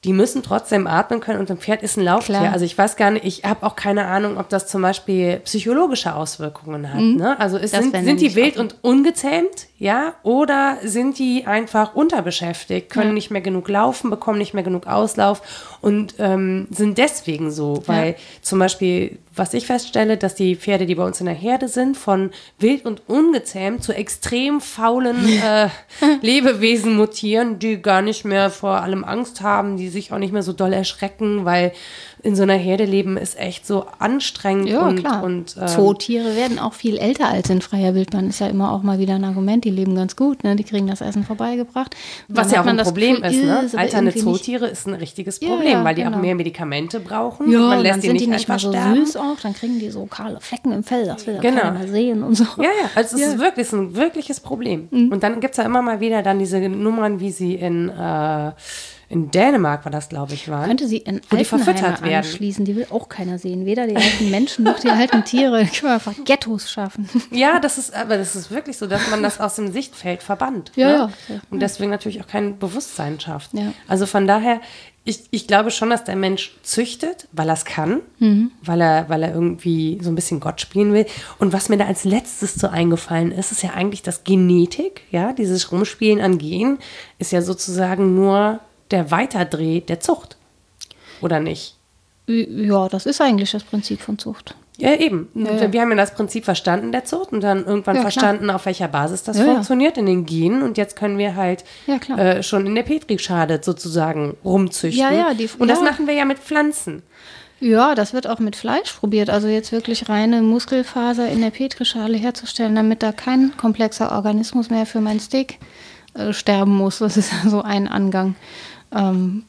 die müssen trotzdem atmen können und ein Pferd ist ein Lauftier.
Klar.
Also ich weiß gar nicht, ich habe auch keine Ahnung, ob das zum Beispiel psychologische Auswirkungen hat. Mhm. Ne? Also es sind, sind die wild und ungezähmt, ja, oder sind die einfach unterbeschäftigt, können ja. nicht mehr genug laufen, bekommen nicht mehr genug Auslauf und ähm, sind deswegen so, weil ja. zum Beispiel, was ich feststelle, dass die Pferde, die bei uns in der Herde sind, von wild und ungezähmt zu extrem faulen äh, Lebewesen mutieren, die gar nicht mehr vor allem Angst haben, die sich auch nicht mehr so doll erschrecken, weil in so einer Herde leben ist echt so anstrengend.
Ja,
und,
klar.
Und, ähm,
Zootiere werden auch viel älter als in freier Wildbahn. Ist ja immer auch mal wieder ein Argument. Die leben ganz gut, ne? Die kriegen das Essen vorbeigebracht.
Was ja auch ein Problem ist, ne? Alternde Zootiere ist ein richtiges Problem, ja, ja, weil die
genau.
auch mehr Medikamente brauchen.
Ja,
man lässt
dann
die
sind
nicht
die nicht
einfach
mehr so
sterben.
süß auch. Dann kriegen die so kahle Flecken im Fell. Das will ja
genau.
keiner mal sehen und so.
Ja, ja. Also es
ja.
ist wirklich ist ein wirkliches Problem. Mhm. Und dann gibt es ja immer mal wieder dann diese Nummern, wie sie in äh, In Dänemark war das, glaube ich, war.
Könnte sie in
wo die verfüttert werden.
Anschließen, die will auch keiner sehen. Weder die alten Menschen noch die alten Tiere. Die können einfach Ghettos schaffen.
Ja, das ist, aber das ist wirklich so, dass man das aus dem Sichtfeld verbannt.
Ja,
ne?
ja.
Und deswegen natürlich auch kein Bewusstsein schafft.
Ja.
Also von daher, ich, ich glaube schon, dass der Mensch züchtet, weil er es kann, mhm. weil er, weil er irgendwie so ein bisschen Gott spielen will. Und was mir da als letztes so eingefallen ist, ist ja eigentlich, dass Genetik, ja, dieses Rumspielen an Genen, ist ja sozusagen nur der Weiterdreh der Zucht, oder nicht?
Ja, das ist eigentlich das Prinzip von Zucht.
Ja, eben.
Ja, ja.
Wir haben ja das Prinzip verstanden der Zucht und dann irgendwann
ja,
verstanden, auf welcher Basis das
ja,
funktioniert, in den Genen. Und jetzt können wir halt
ja, klar.
äh, schon in der Petrischale sozusagen rumzüchten.
Ja, ja, die,
und das
ja.
machen wir ja mit Pflanzen.
Ja, das wird auch mit Fleisch probiert. Also jetzt wirklich reine Muskelfaser in der Petrischale herzustellen, damit da kein komplexer Organismus mehr für mein Steak äh, sterben muss. Das ist so ein Angang. Ähm,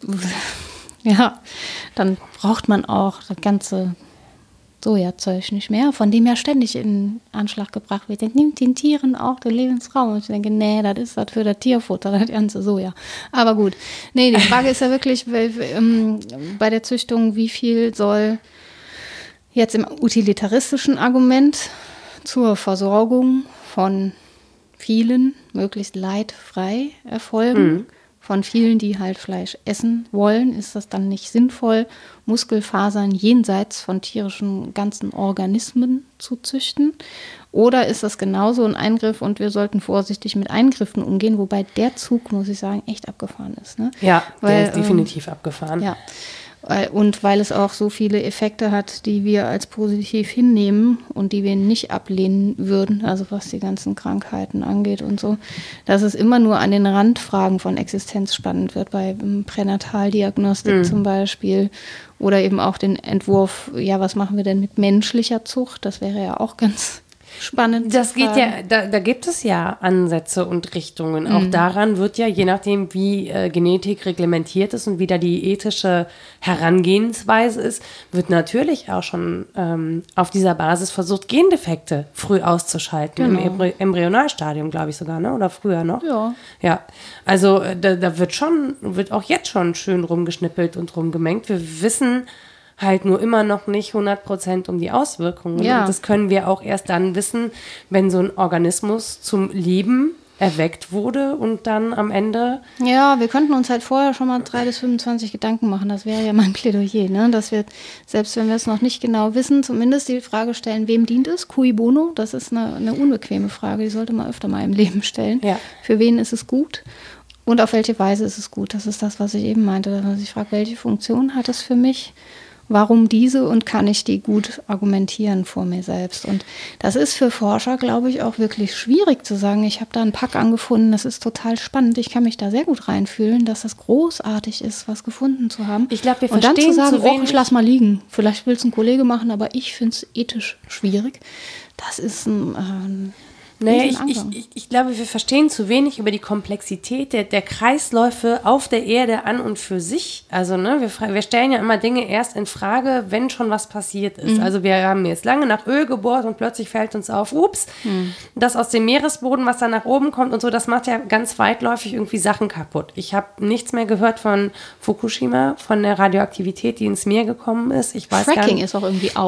ja, dann braucht man auch das ganze Sojazeug nicht mehr, von dem ja ständig in Anschlag gebracht wird. Das nimmt den Tieren auch den Lebensraum. Und ich denke, nee, das ist das für das Tierfutter, das ganze Soja. Aber gut, nee, die Frage ist ja wirklich, ähm, bei der Züchtung, wie viel soll jetzt im utilitaristischen Argument zur Versorgung von vielen möglichst leidfrei erfolgen. Mhm. Von vielen, die halt Fleisch essen wollen, ist das dann nicht sinnvoll, Muskelfasern jenseits von tierischen ganzen Organismen zu züchten? Oder ist das genauso ein Eingriff und wir sollten vorsichtig mit Eingriffen umgehen, wobei der Zug, muss ich sagen, echt abgefahren ist. Ne?
Ja,
weil,
der ist definitiv
ähm,
abgefahren.
Ja. Und weil es auch so viele Effekte hat, die wir als positiv hinnehmen und die wir nicht ablehnen würden, also was die ganzen Krankheiten angeht und so, dass es immer nur an den Randfragen von Existenz spannend wird, bei Pränataldiagnostik mhm. zum Beispiel oder eben auch den Entwurf, ja, was machen wir denn mit menschlicher Zucht? Das wäre ja auch ganz spannend.
Das geht ja, da, da gibt es ja Ansätze und Richtungen. Auch mhm. daran wird ja, je nachdem, wie äh, Genetik reglementiert ist und wie da die ethische Herangehensweise ist, wird natürlich auch schon ähm, auf dieser Basis versucht, Gendefekte früh auszuschalten. Genau. Im Embry- Embryonalstadium, glaube ich sogar, ne? Oder früher noch.
Ja.
Ja. Also da, da wird schon, wird auch jetzt schon schön rumgeschnippelt und rumgemengt. Wir wissen halt nur immer noch nicht hundert Prozent um die Auswirkungen.
Ja.
Und das können wir auch erst dann wissen, wenn so ein Organismus zum Leben erweckt wurde und dann am Ende...
Ja, wir könnten uns halt vorher schon mal drei bis fünfundzwanzig Gedanken machen. Das wäre ja mein Plädoyer, ne? Dass wir, selbst wenn wir es noch nicht genau wissen, zumindest die Frage stellen, wem dient es? Cui bono? Das ist eine, eine unbequeme Frage, die sollte man öfter mal im Leben stellen.
Ja.
Für wen ist es gut? Und auf welche Weise ist es gut? Das ist das, was ich eben meinte, dass man sich fragt, welche Funktion hat es für mich? Warum diese und kann ich die gut argumentieren vor mir selbst? Und das ist für Forscher, glaube ich, auch wirklich schwierig zu sagen, ich habe da einen Pack angefunden, das ist total spannend, ich kann mich da sehr gut reinfühlen, dass das großartig ist, was gefunden zu haben.
Ich glaube, wir
und dann
verstehen
zu sagen,
zu wenig.
Oh, ich lass mal liegen. Vielleicht will es ein Kollege machen, aber ich finde es ethisch schwierig. Das ist ein... Ähm,
Naja, ich, ich, ich, ich glaube, wir verstehen zu wenig über die Komplexität der, der Kreisläufe auf der Erde an und für sich. Also, ne, wir, wir stellen ja immer Dinge erst in Frage, wenn schon was passiert ist. Mhm. Also, wir haben jetzt lange nach Öl gebohrt und plötzlich fällt uns auf, ups, mhm. das aus dem Meeresboden, was da nach oben kommt und so, das macht ja ganz weitläufig irgendwie Sachen kaputt. Ich habe nichts mehr gehört von Fukushima, von der Radioaktivität, die ins Meer gekommen ist. Ich weiß
Fracking
gar nicht.
ist auch irgendwie out.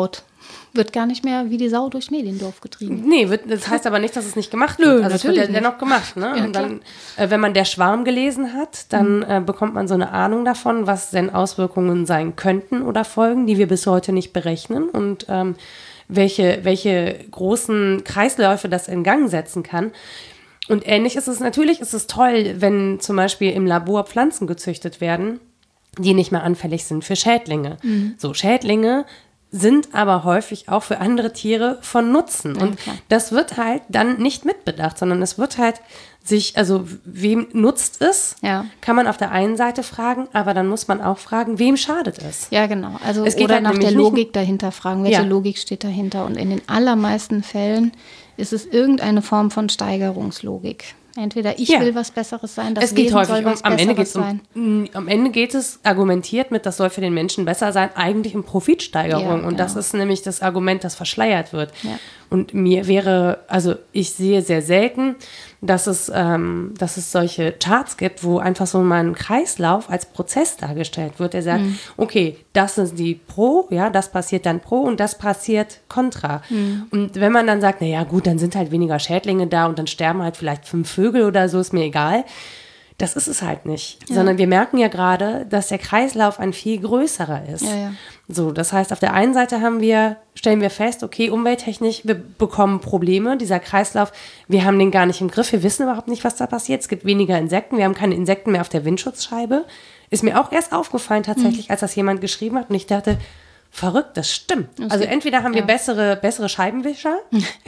wird gar nicht mehr wie die Sau durchs Mediendorf getrieben.
Nee, wird, das heißt aber nicht, dass es nicht gemacht
Nö,
wird. Also es wird ja
natürlich
dennoch gemacht. Ne?
Ja,
und dann, äh, wenn man Der Schwarm gelesen hat, dann äh, bekommt man so eine Ahnung davon, was denn Auswirkungen sein könnten oder Folgen, die wir bis heute nicht berechnen und ähm, welche, welche großen Kreisläufe das in Gang setzen kann. Und ähnlich ist es, natürlich ist es toll, wenn zum Beispiel im Labor Pflanzen gezüchtet werden, die nicht mehr anfällig sind für Schädlinge. Mhm. So, Schädlinge sind aber häufig auch für andere Tiere von Nutzen. Und ja, das wird halt dann nicht mitbedacht, sondern es wird halt sich, also wem nutzt es, ja, kann man auf der einen Seite fragen, aber dann muss man auch fragen, wem schadet es?
Ja, genau. Also es geht oder halt nach der Logik dahinter fragen, welche ja. Logik steht dahinter. Und in den allermeisten Fällen ist es irgendeine Form von Steigerungslogik. Entweder ich ja. will was Besseres sein, das
es geht
Leben
häufig
soll was
um, am Ende
Besseres
geht's um, sein. Am Ende geht es argumentiert mit, das soll für den Menschen besser sein, eigentlich um Profitsteigerung. Ja, genau. Und das ist nämlich das Argument, das verschleiert wird. Ja. Und mir wäre, also ich sehe sehr selten, dass es, ähm, dass es solche Charts gibt, wo einfach so mal ein Kreislauf als Prozess dargestellt wird, der sagt, mhm. okay, das ist die Pro, ja, das passiert dann Pro und das passiert Contra. Mhm. Und wenn man dann sagt, naja gut, dann sind halt weniger Schädlinge da und dann sterben halt vielleicht fünf Vögel oder so, ist mir egal. Das ist es halt nicht, ja. sondern wir merken ja gerade, dass der Kreislauf ein viel größerer ist.
Ja, ja.
So, das heißt, auf der einen Seite haben wir, stellen wir fest, okay, umwelttechnisch, wir bekommen Probleme, dieser Kreislauf, wir haben den gar nicht im Griff, wir wissen überhaupt nicht, was da passiert, es gibt weniger Insekten, wir haben keine Insekten mehr auf der Windschutzscheibe. Ist mir auch erst aufgefallen tatsächlich, mhm. als das jemand geschrieben hat und ich dachte, verrückt, das stimmt. Das also entweder haben wir ja. bessere, bessere Scheibenwischer,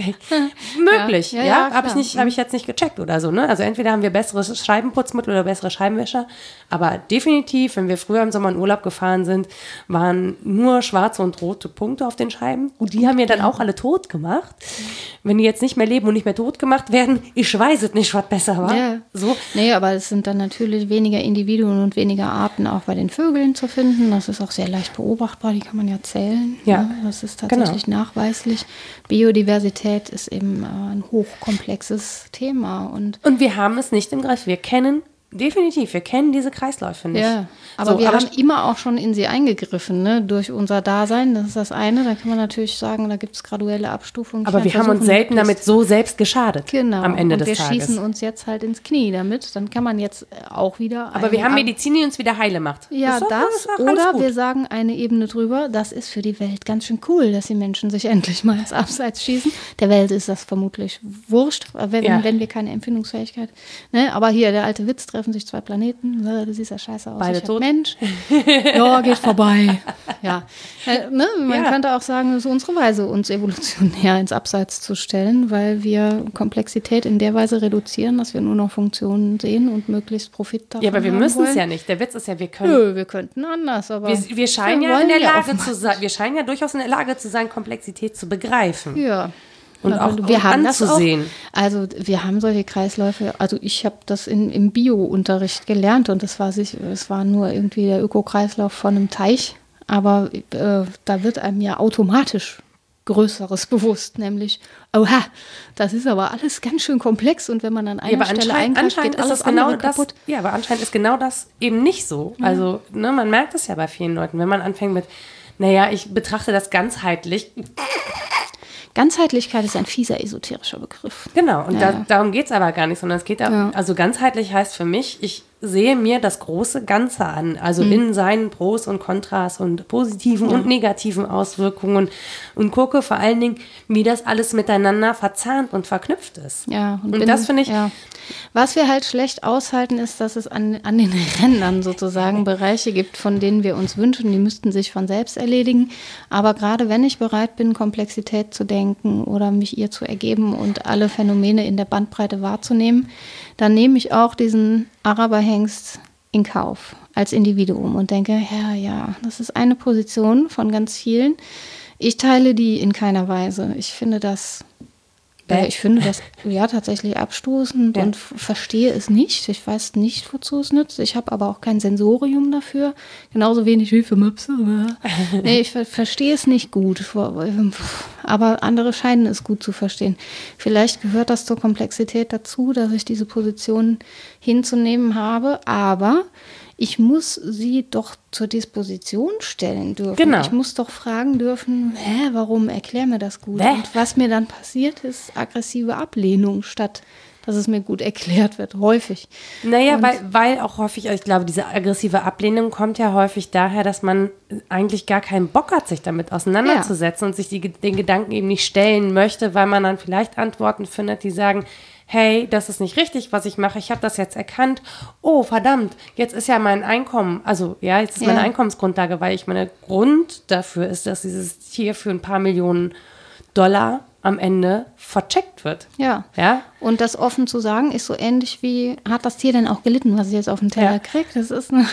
möglich, ja, ja, ja, ja habe ich, nicht, hab ich jetzt nicht gecheckt oder so, ne? Also entweder haben wir besseres Scheibenputzmittel oder bessere Scheibenwischer, aber definitiv, wenn wir früher im Sommer in Urlaub gefahren sind, waren nur schwarze und rote Punkte auf den Scheiben. Und die haben wir dann auch alle tot gemacht. Wenn die jetzt nicht mehr leben und nicht mehr tot gemacht werden, ich weiß es nicht, was besser war.
Ja.
So.
Nee, aber es sind dann natürlich weniger Individuen und weniger Arten auch bei den Vögeln zu finden. Das ist auch sehr leicht beobachtbar, die kann man ja zählen.
Ja,
ja, das ist tatsächlich genau. nachweislich. Biodiversität ist eben äh, ein hochkomplexes Thema. Und,
und wir haben es nicht im Griff. Wir kennen, definitiv, wir kennen diese Kreisläufe nicht.
Ja, aber so, wir aber haben immer auch schon in sie eingegriffen, ne? Durch unser Dasein. Das ist das eine. Da kann man natürlich sagen, da gibt es graduelle Abstufungen.
Aber wir haben uns selten damit so selbst geschadet.
Genau.
Am Ende
und
des
wir
Tages.
schießen uns jetzt halt ins Knie damit. Dann kann man jetzt auch wieder.
Aber wir haben Medizin, die uns wieder heile macht.
Ja, das, das, das oder wir sagen eine Ebene drüber, das ist für die Welt ganz schön cool, dass die Menschen sich endlich mal ins Abseits schießen. Der Welt ist das vermutlich wurscht, wenn, ja. wenn wir keine Empfindungsfähigkeit. Ne? Aber hier, der alte Witz, treffen sich zwei Planeten, du siehst ja scheiße aus.
Beide tot.
Mensch. Ja, geht vorbei. Ja. Äh, ne? Man ja. könnte auch sagen, das ist unsere Weise, uns evolutionär ins Abseits zu stellen, weil wir Komplexität in der Weise reduzieren, dass wir nur noch Funktionen sehen und möglichst Profit davon haben.
Ja, aber wir müssen es ja nicht. Der Witz ist ja, wir können.
Nö, wir könnten anders, aber.
Wir, wir scheinen ja in der Lage zu sein, wir scheinen ja durchaus in der Lage zu sein, Komplexität zu begreifen.
Ja.
Und
aber
auch
wir haben
anzusehen.
Das auch, also wir haben solche Kreisläufe, also ich habe das in, im Bio-Unterricht gelernt und das war, sich, das war nur irgendwie der Ökokreislauf von einem Teich, aber äh, da wird einem ja automatisch Größeres bewusst, nämlich, oha, das ist aber alles ganz schön komplex und wenn man an einer
ja,
Stelle einkauft, geht alles
genau
andere kaputt.
Das, ja, aber anscheinend ist genau das eben nicht so. Ja. Also ne, man merkt es ja bei vielen Leuten, wenn man anfängt mit, naja, ich betrachte das ganzheitlich.
Ganzheitlichkeit ist ein fieser esoterischer Begriff.
Genau, und
ja.
da, darum geht es aber gar nicht, sondern es geht auch, ja. also ganzheitlich heißt für mich, ich sehe mir das große Ganze an, also mhm. in seinen Pros und Kontras und positiven ja. und negativen Auswirkungen und gucke vor allen Dingen, wie das alles miteinander verzahnt und verknüpft ist.
Ja,
und, und das finde ich...
Ja. Was wir halt schlecht aushalten, ist, dass es an, an den Rändern sozusagen Bereiche gibt, von denen wir uns wünschen, die müssten sich von selbst erledigen. Aber gerade wenn ich bereit bin, Komplexität zu denken oder mich ihr zu ergeben und alle Phänomene in der Bandbreite wahrzunehmen, dann nehme ich auch diesen Araberhengst in Kauf als Individuum und denke, ja, ja, das ist eine Position von ganz vielen. Ich teile die in keiner Weise. Ich finde das... Ja, ich finde das ja tatsächlich abstoßend ja. und f- verstehe es nicht. Ich weiß nicht, wozu es nützt. Ich habe aber auch kein Sensorium dafür. Genauso wenig wie für Möpse. Nee, ich ver- verstehe es nicht gut. Aber andere scheinen es gut zu verstehen. Vielleicht gehört das zur Komplexität dazu, dass ich diese Position hinzunehmen habe. Aber ich muss sie doch zur Disposition stellen dürfen.
Genau.
Ich muss doch fragen dürfen, hä, warum, erklär mir das gut.
Bäh.
Und was mir dann passiert, ist aggressive Ablehnung, statt dass es mir gut erklärt wird, häufig.
Naja,
Und
weil, weil auch häufig, ich glaube, diese aggressive Ablehnung kommt ja häufig daher, dass man eigentlich gar keinen Bock hat, sich damit auseinanderzusetzen ja. und sich die, den Gedanken eben nicht stellen möchte, weil man dann vielleicht Antworten findet, die sagen, hey, das ist nicht richtig, was ich mache, ich habe das jetzt erkannt. Oh, verdammt, jetzt ist ja mein Einkommen, also ja, jetzt ist
Ja.
meine Einkommensgrundlage, weil ich meine Grund dafür ist, dass dieses Tier für ein paar Millionen Dollar am Ende vercheckt wird.
Ja.
Ja.
Und das offen zu sagen, ist so ähnlich wie, hat das Tier denn auch gelitten, was ich jetzt auf den Teller
Ja.
kriege? Das ist eine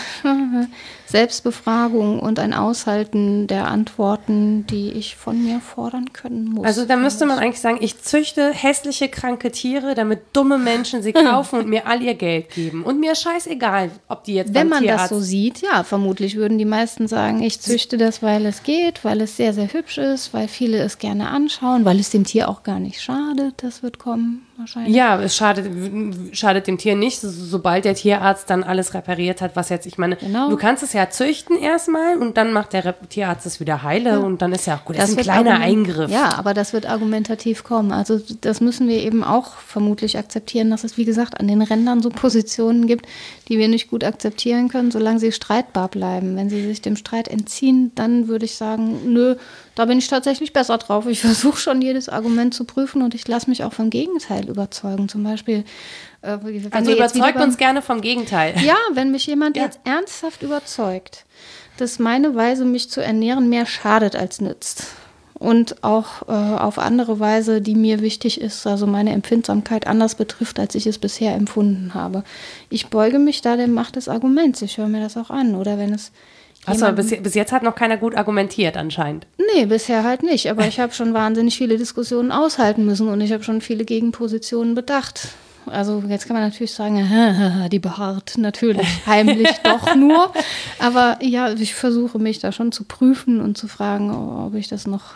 Selbstbefragung und ein Aushalten der Antworten, die ich von mir fordern können muss.
Also da müsste man eigentlich sagen, ich züchte hässliche, kranke Tiere, damit dumme Menschen sie kaufen und mir all ihr Geld geben. Und mir ist scheißegal, ob die jetzt
Wenn
beim
man
Tierarzt...
das so sieht, ja, vermutlich würden die meisten sagen, ich züchte das, weil es geht, weil es sehr, sehr hübsch ist, weil viele es gerne anschauen, weil es dem Tier auch gar nicht schadet. Das wird kommen, wahrscheinlich.
Ja, es schadet, schadet dem Tier nicht, so- sobald der Tierarzt dann alles repariert hat, was jetzt, ich meine,
Genau.
du kannst es ja züchten erstmal und dann macht der Rep- Tierarzt es wieder heile
Ja.
und dann ist ja auch gut. Das, ist ein
wird
kleiner
argument-
Eingriff.
Ja, aber das wird argumentativ kommen. Also das müssen wir eben auch vermutlich akzeptieren, dass es, wie gesagt, an den Rändern so Positionen gibt, die wir nicht gut akzeptieren können, solange sie streitbar bleiben. Wenn sie sich dem Streit entziehen, dann würde ich sagen, nö, da bin ich tatsächlich besser drauf. Ich versuche schon jedes Argument zu prüfen und ich lasse mich auch vom Gegenteil überzeugen. Zum Beispiel, äh, wenn
Also
wir jetzt wieder
überzeugt
beim-
uns gerne vom Gegenteil.
Ja, wenn mich jemand
Ja.
jetzt ernsthaft überzeugt, dass meine Weise, mich zu ernähren, mehr schadet als nützt. Und auch äh, auf andere Weise, die mir wichtig ist, also meine Empfindsamkeit anders betrifft, als ich es bisher empfunden habe. Ich beuge mich da der Macht des Arguments. Ich höre mir das auch an. Oder wenn es
Achso,
jemanden-
bis, bis jetzt hat noch keiner gut argumentiert anscheinend.
Nee, bisher halt nicht. Aber ich habe schon wahnsinnig viele Diskussionen aushalten müssen und ich habe schon viele Gegenpositionen bedacht. Also jetzt kann man natürlich sagen, die beharrt natürlich heimlich doch nur. Aber ja, ich versuche mich da schon zu prüfen und zu fragen, ob ich das noch,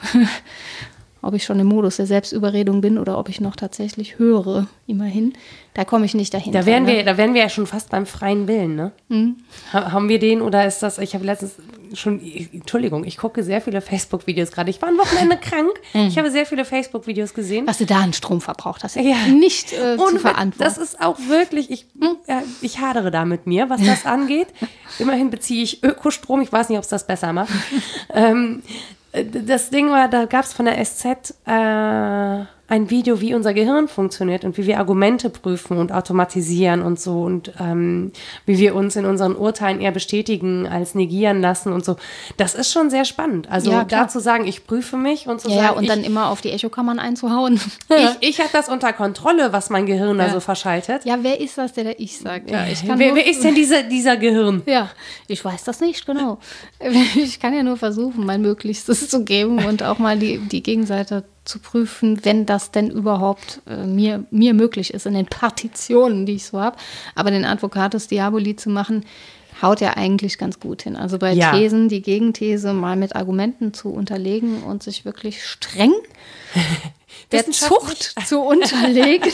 ob ich schon im Modus der Selbstüberredung bin oder ob ich noch tatsächlich höre, immerhin. Da komme ich nicht dahinter.
Da wären,
ne?
wir, da wären wir ja schon fast beim freien Willen, ne?
Mhm.
Ha, haben wir den oder ist das, ich habe letztens schon, Entschuldigung, ich gucke sehr viele Facebook-Videos gerade. Ich war ein Wochenende krank. Ich habe sehr viele Facebook-Videos gesehen.
Was du da an Strom verbraucht hast,
Ja.
nicht äh, zu
Und
verantworten.
das ist auch wirklich, ich, ja, ich hadere da mit mir, was das angeht. Immerhin beziehe ich Ökostrom, ich weiß nicht, ob es das besser macht. ähm, das Ding war, da gab es von der S Z äh, ein Video, wie unser Gehirn funktioniert und wie wir Argumente prüfen und automatisieren und so und ähm, wie wir uns in unseren Urteilen eher bestätigen als negieren lassen und so. Das ist schon sehr spannend. Also
Ja, klar.
da zu sagen, ich prüfe mich und zu
Ja,
sagen,
ja, und
ich,
dann immer auf die Echokammern einzuhauen.
ich, ich habe das unter Kontrolle, was mein Gehirn da
Ja.
so verschaltet.
Ja, wer ist das, der da ich sagt? Ja, ich kann
Wer,
nur,
wer ist denn dieser, dieser Gehirn?
Ja, ich weiß das nicht, genau. Ich kann ja nur versuchen, mein Möglichstes zu geben und auch mal die, die Gegenseite zu prüfen, wenn das denn überhaupt äh, mir, mir möglich ist in den Partitionen, die ich so habe. Aber den Advocatus Diaboli zu machen, haut ja eigentlich ganz gut hin. Also bei
Ja.
Thesen die Gegenthese mal mit Argumenten zu unterlegen und sich wirklich streng der
Wissenschaftlich.
Zucht zu unterlegen,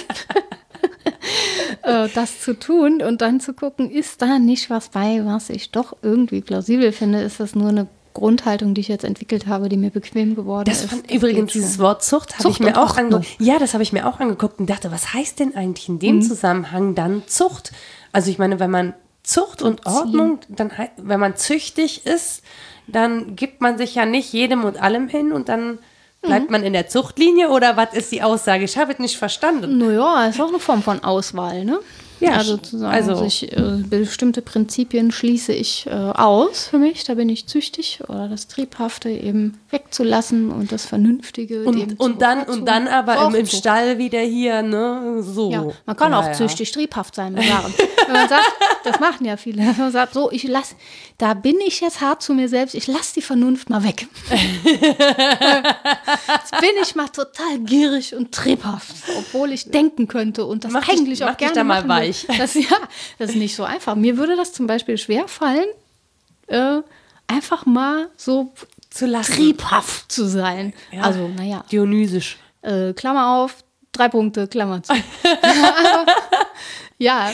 äh, das zu tun und dann zu gucken, ist da nicht was bei, was ich doch irgendwie plausibel finde? Ist das nur eine Grundhaltung, die ich jetzt entwickelt habe, die mir bequem geworden
Das
ist?
fand
Das
übrigens
geht
dieses
schon.
Wort Zucht habe
Zucht
ich mir
und
auch
Ordnung.
angeguckt. Ja, das habe ich mir auch angeguckt und dachte, was heißt denn eigentlich in
Mhm.
dem Zusammenhang dann Zucht? Also ich meine, wenn man Zucht und
Erziehen.
Ordnung, dann hei- wenn man züchtig ist, dann gibt man sich ja nicht jedem und allem hin und dann bleibt man in der Zuchtlinie oder was ist die Aussage? Ich habe es nicht verstanden.
Naja, ist auch eine Form von Auswahl, ne?
Ja,
also zu sagen,
also-
sich, äh, bestimmte Prinzipien schließe ich äh, aus für mich, da bin ich züchtig, oder das Triebhafte eben wegzulassen und das Vernünftige dem
Und,
zu
und, dann,
bevorzugen.
und dann aber
Auch
im, im
Zucht.
Stall wieder hier, ne, so.
Ja, man kann
Ja,
auch
ja.
züchtig triebhaft sein mit Sachen. Wenn man sagt, das machen ja viele. Wenn man sagt, so, ich lass, da bin ich jetzt hart zu mir selbst, ich lasse die Vernunft mal weg. Jetzt bin ich mal total gierig und triebhaft, obwohl ich denken könnte und das
Mach dich-
eigentlich
mach
auch
dich
gerne
da mal
machen will.
weich.
Das, ja, das ist nicht so einfach. Mir würde das zum Beispiel schwerfallen, äh, einfach mal so
Zu lassen.
triebhaft zu sein.
Ja.
Also, naja.
Dionysisch.
Äh, Klammer auf, drei Punkte, Klammer zu. Aber Ja,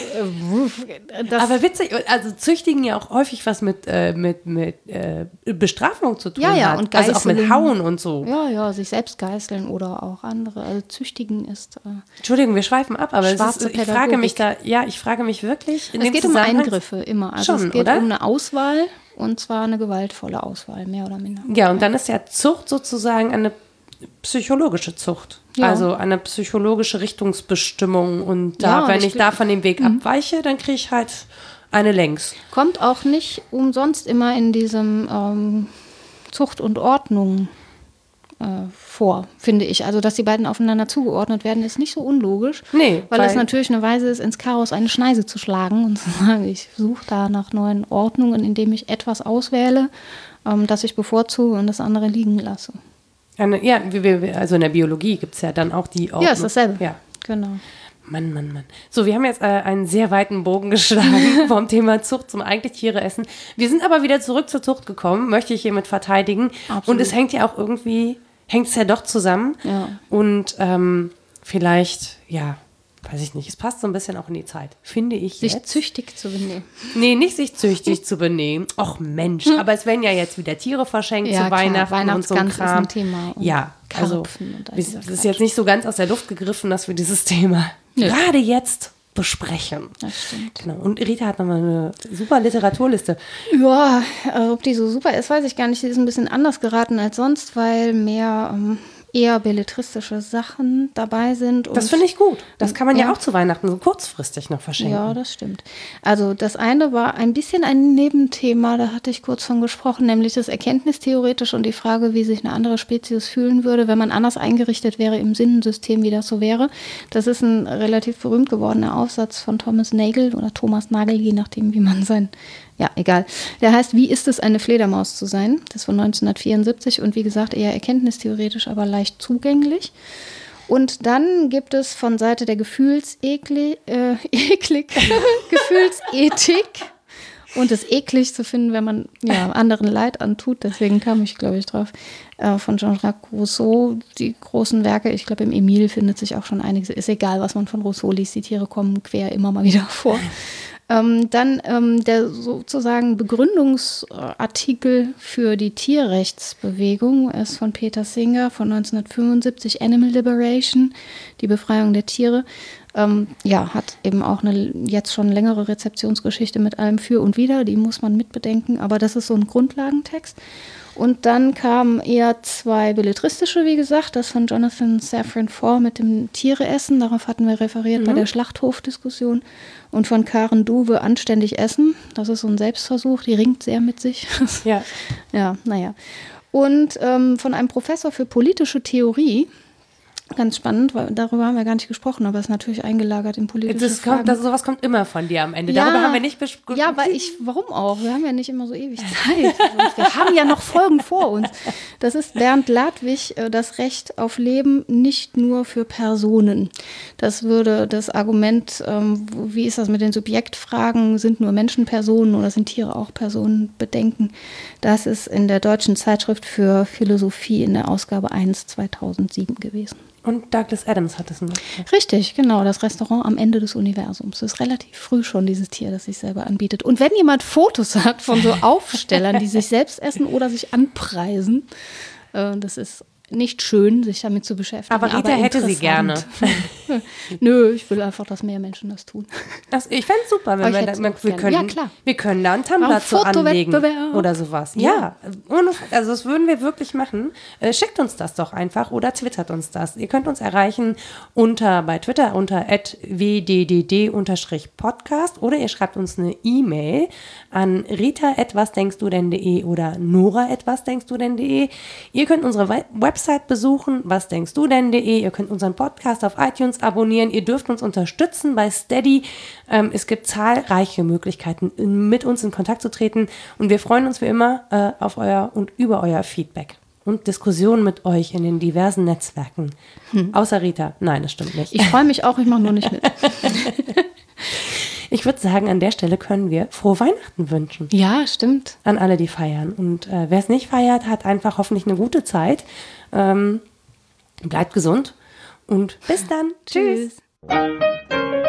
äh, das
Aber witzig, also züchtigen ja auch häufig was mit, äh, mit, mit äh, Bestrafung zu tun
ja, ja,
hat.
und
also auch mit
Geißeln.
Hauen und so.
Ja, ja, sich selbst geißeln oder auch andere. Also züchtigen ist. Äh,
Entschuldigung, wir schweifen ab, aber es
Schwarze
ist, ich frage mich da,
Pädagogik.
ja, ich frage mich wirklich. In
es
dem
geht um
Zusammenhang-
Eingriffe immer. Also
Schon,
es geht
oder?
um eine Auswahl und zwar eine gewaltvolle Auswahl, mehr oder minder.
Ja, und dann ist ja Zucht sozusagen eine psychologische Zucht.
Ja.
Also eine psychologische Richtungsbestimmung. Und da,
Ja, und
wenn
ich
ich, da von dem Weg abweiche, dann kriege ich halt eine längs.
Kommt auch nicht umsonst immer in diesem ähm, Zucht und Ordnung äh, vor, finde ich. Also, dass die beiden aufeinander zugeordnet werden, ist nicht so unlogisch.
Nee,
weil,
weil-
es natürlich eine Weise ist, ins Chaos eine Schneise zu schlagen und zu sagen, ich suche da nach neuen Ordnungen, indem ich etwas auswähle, ähm, das ich bevorzuge und das andere liegen lasse.
Eine, ja, wie wir, also in der Biologie gibt es ja dann auch die Ordnung.
Ja, ist dasselbe.
Ja.
Genau.
Mann, Mann, Mann. So, wir haben jetzt äh, einen sehr weiten Bogen geschlagen vom Thema Zucht zum eigentlich Tiere essen. Wir sind aber wieder zurück zur Zucht gekommen, möchte ich hiermit verteidigen.
Absolut.
Und es hängt ja auch irgendwie, hängt es ja doch zusammen.
Ja.
Und ähm, vielleicht, ja, weiß ich nicht, es passt so ein bisschen auch in die Zeit, finde ich
Sich
jetzt.
züchtig zu benehmen.
Nee, nicht sich züchtig zu benehmen. Och Mensch, aber es werden ja jetzt wieder Tiere verschenkt
Ja,
zu
klar,
Weihnachten und so ein
Weihnachtsgans ist
Kram.
ein Thema und
Ja, also
Karpfen und all
es
dieser
es
Quatsch.
ist jetzt nicht so ganz aus der Luft gegriffen, dass wir dieses Thema
Nö.
gerade jetzt besprechen.
Das stimmt.
Genau. Und Rita hat nochmal eine super Literaturliste.
Ja, also ob die so super ist, weiß ich gar nicht. Die ist ein bisschen anders geraten als sonst, weil mehr ähm, eher belletristische Sachen dabei sind.
Das
und-
finde ich gut. Das kann man ja.
Ja.
auch zu Weihnachten so kurzfristig noch verschenken.
Ja, das stimmt. Also das eine war ein bisschen ein Nebenthema, da hatte ich kurz von gesprochen, nämlich das Erkenntnistheoretisch und die Frage, wie sich eine andere Spezies fühlen würde, wenn man anders eingerichtet wäre im Sinnensystem, wie das so wäre. Das ist ein relativ berühmt gewordener Aufsatz von Thomas Nagel oder Thomas Nagel, je nachdem, wie man sein... Ja, egal. Der heißt, wie ist es, eine Fledermaus zu sein? Das ist von neunzehnhundertvierundsiebzig und wie gesagt eher erkenntnistheoretisch, aber leicht zugänglich. Und dann gibt es von Seite der Gefühlsekli, äh, eklig, Gefühlsethik und es eklig zu finden, wenn man ja, anderen Leid antut. Deswegen kam ich, glaube ich, drauf. Äh, von Jean-Jacques Rousseau, die großen Werke. Ich glaube, im Emile findet sich auch schon einiges. Ist egal, was man von Rousseau liest. Die Tiere kommen quer immer mal wieder vor. Ähm, dann ähm, der sozusagen Begründungsartikel für die Tierrechtsbewegung ist von Peter Singer von neunzehnhundertfünfundsiebzig, Animal Liberation, die Befreiung der Tiere. Ähm, ja, hat eben auch eine jetzt schon längere Rezeptionsgeschichte mit allem für und wider, die muss man mitbedenken, aber das ist so ein Grundlagentext. Und dann kamen eher zwei belletristische, wie gesagt, das von Jonathan Safran Foer mit dem Tiereessen, darauf hatten wir referiert
Mhm.
bei der Schlachthofdiskussion, und von Karen Duwe Anständig essen, das ist so ein Selbstversuch, die ringt sehr mit sich.
Ja.
Ja, naja. Und ähm, von einem Professor für politische Theorie, ganz spannend, weil darüber haben wir gar nicht gesprochen, aber es ist natürlich eingelagert in politische
Das
Fragen.
kommt, das, sowas kommt immer von dir am Ende. Darüber haben wir nicht besprochen.
Ja, weil ich, warum auch? Wir haben ja nicht immer so ewig Zeit. Und wir haben ja noch Folgen vor uns. Das ist Bernd Ladwig, äh, das Recht auf Leben nicht nur für Personen. Das würde das Argument, ähm, wie ist das mit den Subjektfragen, sind nur Menschen Personen oder sind Tiere auch Personen, bedenken. Das ist in der Deutschen Zeitschrift für Philosophie in der Ausgabe eins zweitausendsieben gewesen.
Und Douglas Adams hat es gemacht.
Richtig, genau, das Restaurant am Ende des Universums. Das ist relativ früh schon dieses Tier, das sich selber anbietet. Und wenn jemand Fotos hat von so Aufstellern, die sich selbst essen oder sich anpreisen, äh, das ist nicht schön, sich damit zu beschäftigen.
Aber Rita hätte sie gerne.
Nö, ich will einfach, dass mehr Menschen das tun.
Das, ich fände es super, wenn
Aber ich
wir,
hätt's
da,
auch
wir,
gerne.
können,
Ja, klar.
wir können da einen Tumblr
Machen
zu anlegen
Fotowettbewerb.
oder sowas. Ja,
Ja.
ohne, also das würden wir wirklich machen. Äh, schickt uns das doch einfach oder twittert uns das. Ihr könnt uns erreichen unter bei Twitter unter at w d d d podcast oder ihr schreibt uns eine E-Mail an rita at was denkst du denn punkt de oder nora at was denkst du denn punkt de. Ihr könnt unsere We- Website besuchen, was denkst du denn punkt de. Ihr könnt unseren Podcast auf iTunes abonnieren. Ihr dürft uns unterstützen bei Steady. Ähm, es gibt zahlreiche Möglichkeiten, in, mit uns in Kontakt zu treten. Und wir freuen uns wie immer äh, auf euer und über euer Feedback und Diskussionen mit euch in den diversen Netzwerken. Hm. Außer Rita. Nein, das stimmt nicht.
Ich freue mich auch, ich mache nur nicht mit.
Ich würde sagen, an der Stelle können wir frohe Weihnachten wünschen.
Ja, stimmt.
An alle, die feiern. Und äh, wer es nicht feiert, hat einfach hoffentlich eine gute Zeit. Ähm, bleibt gesund und bis dann. Tschüss.
Tschüss.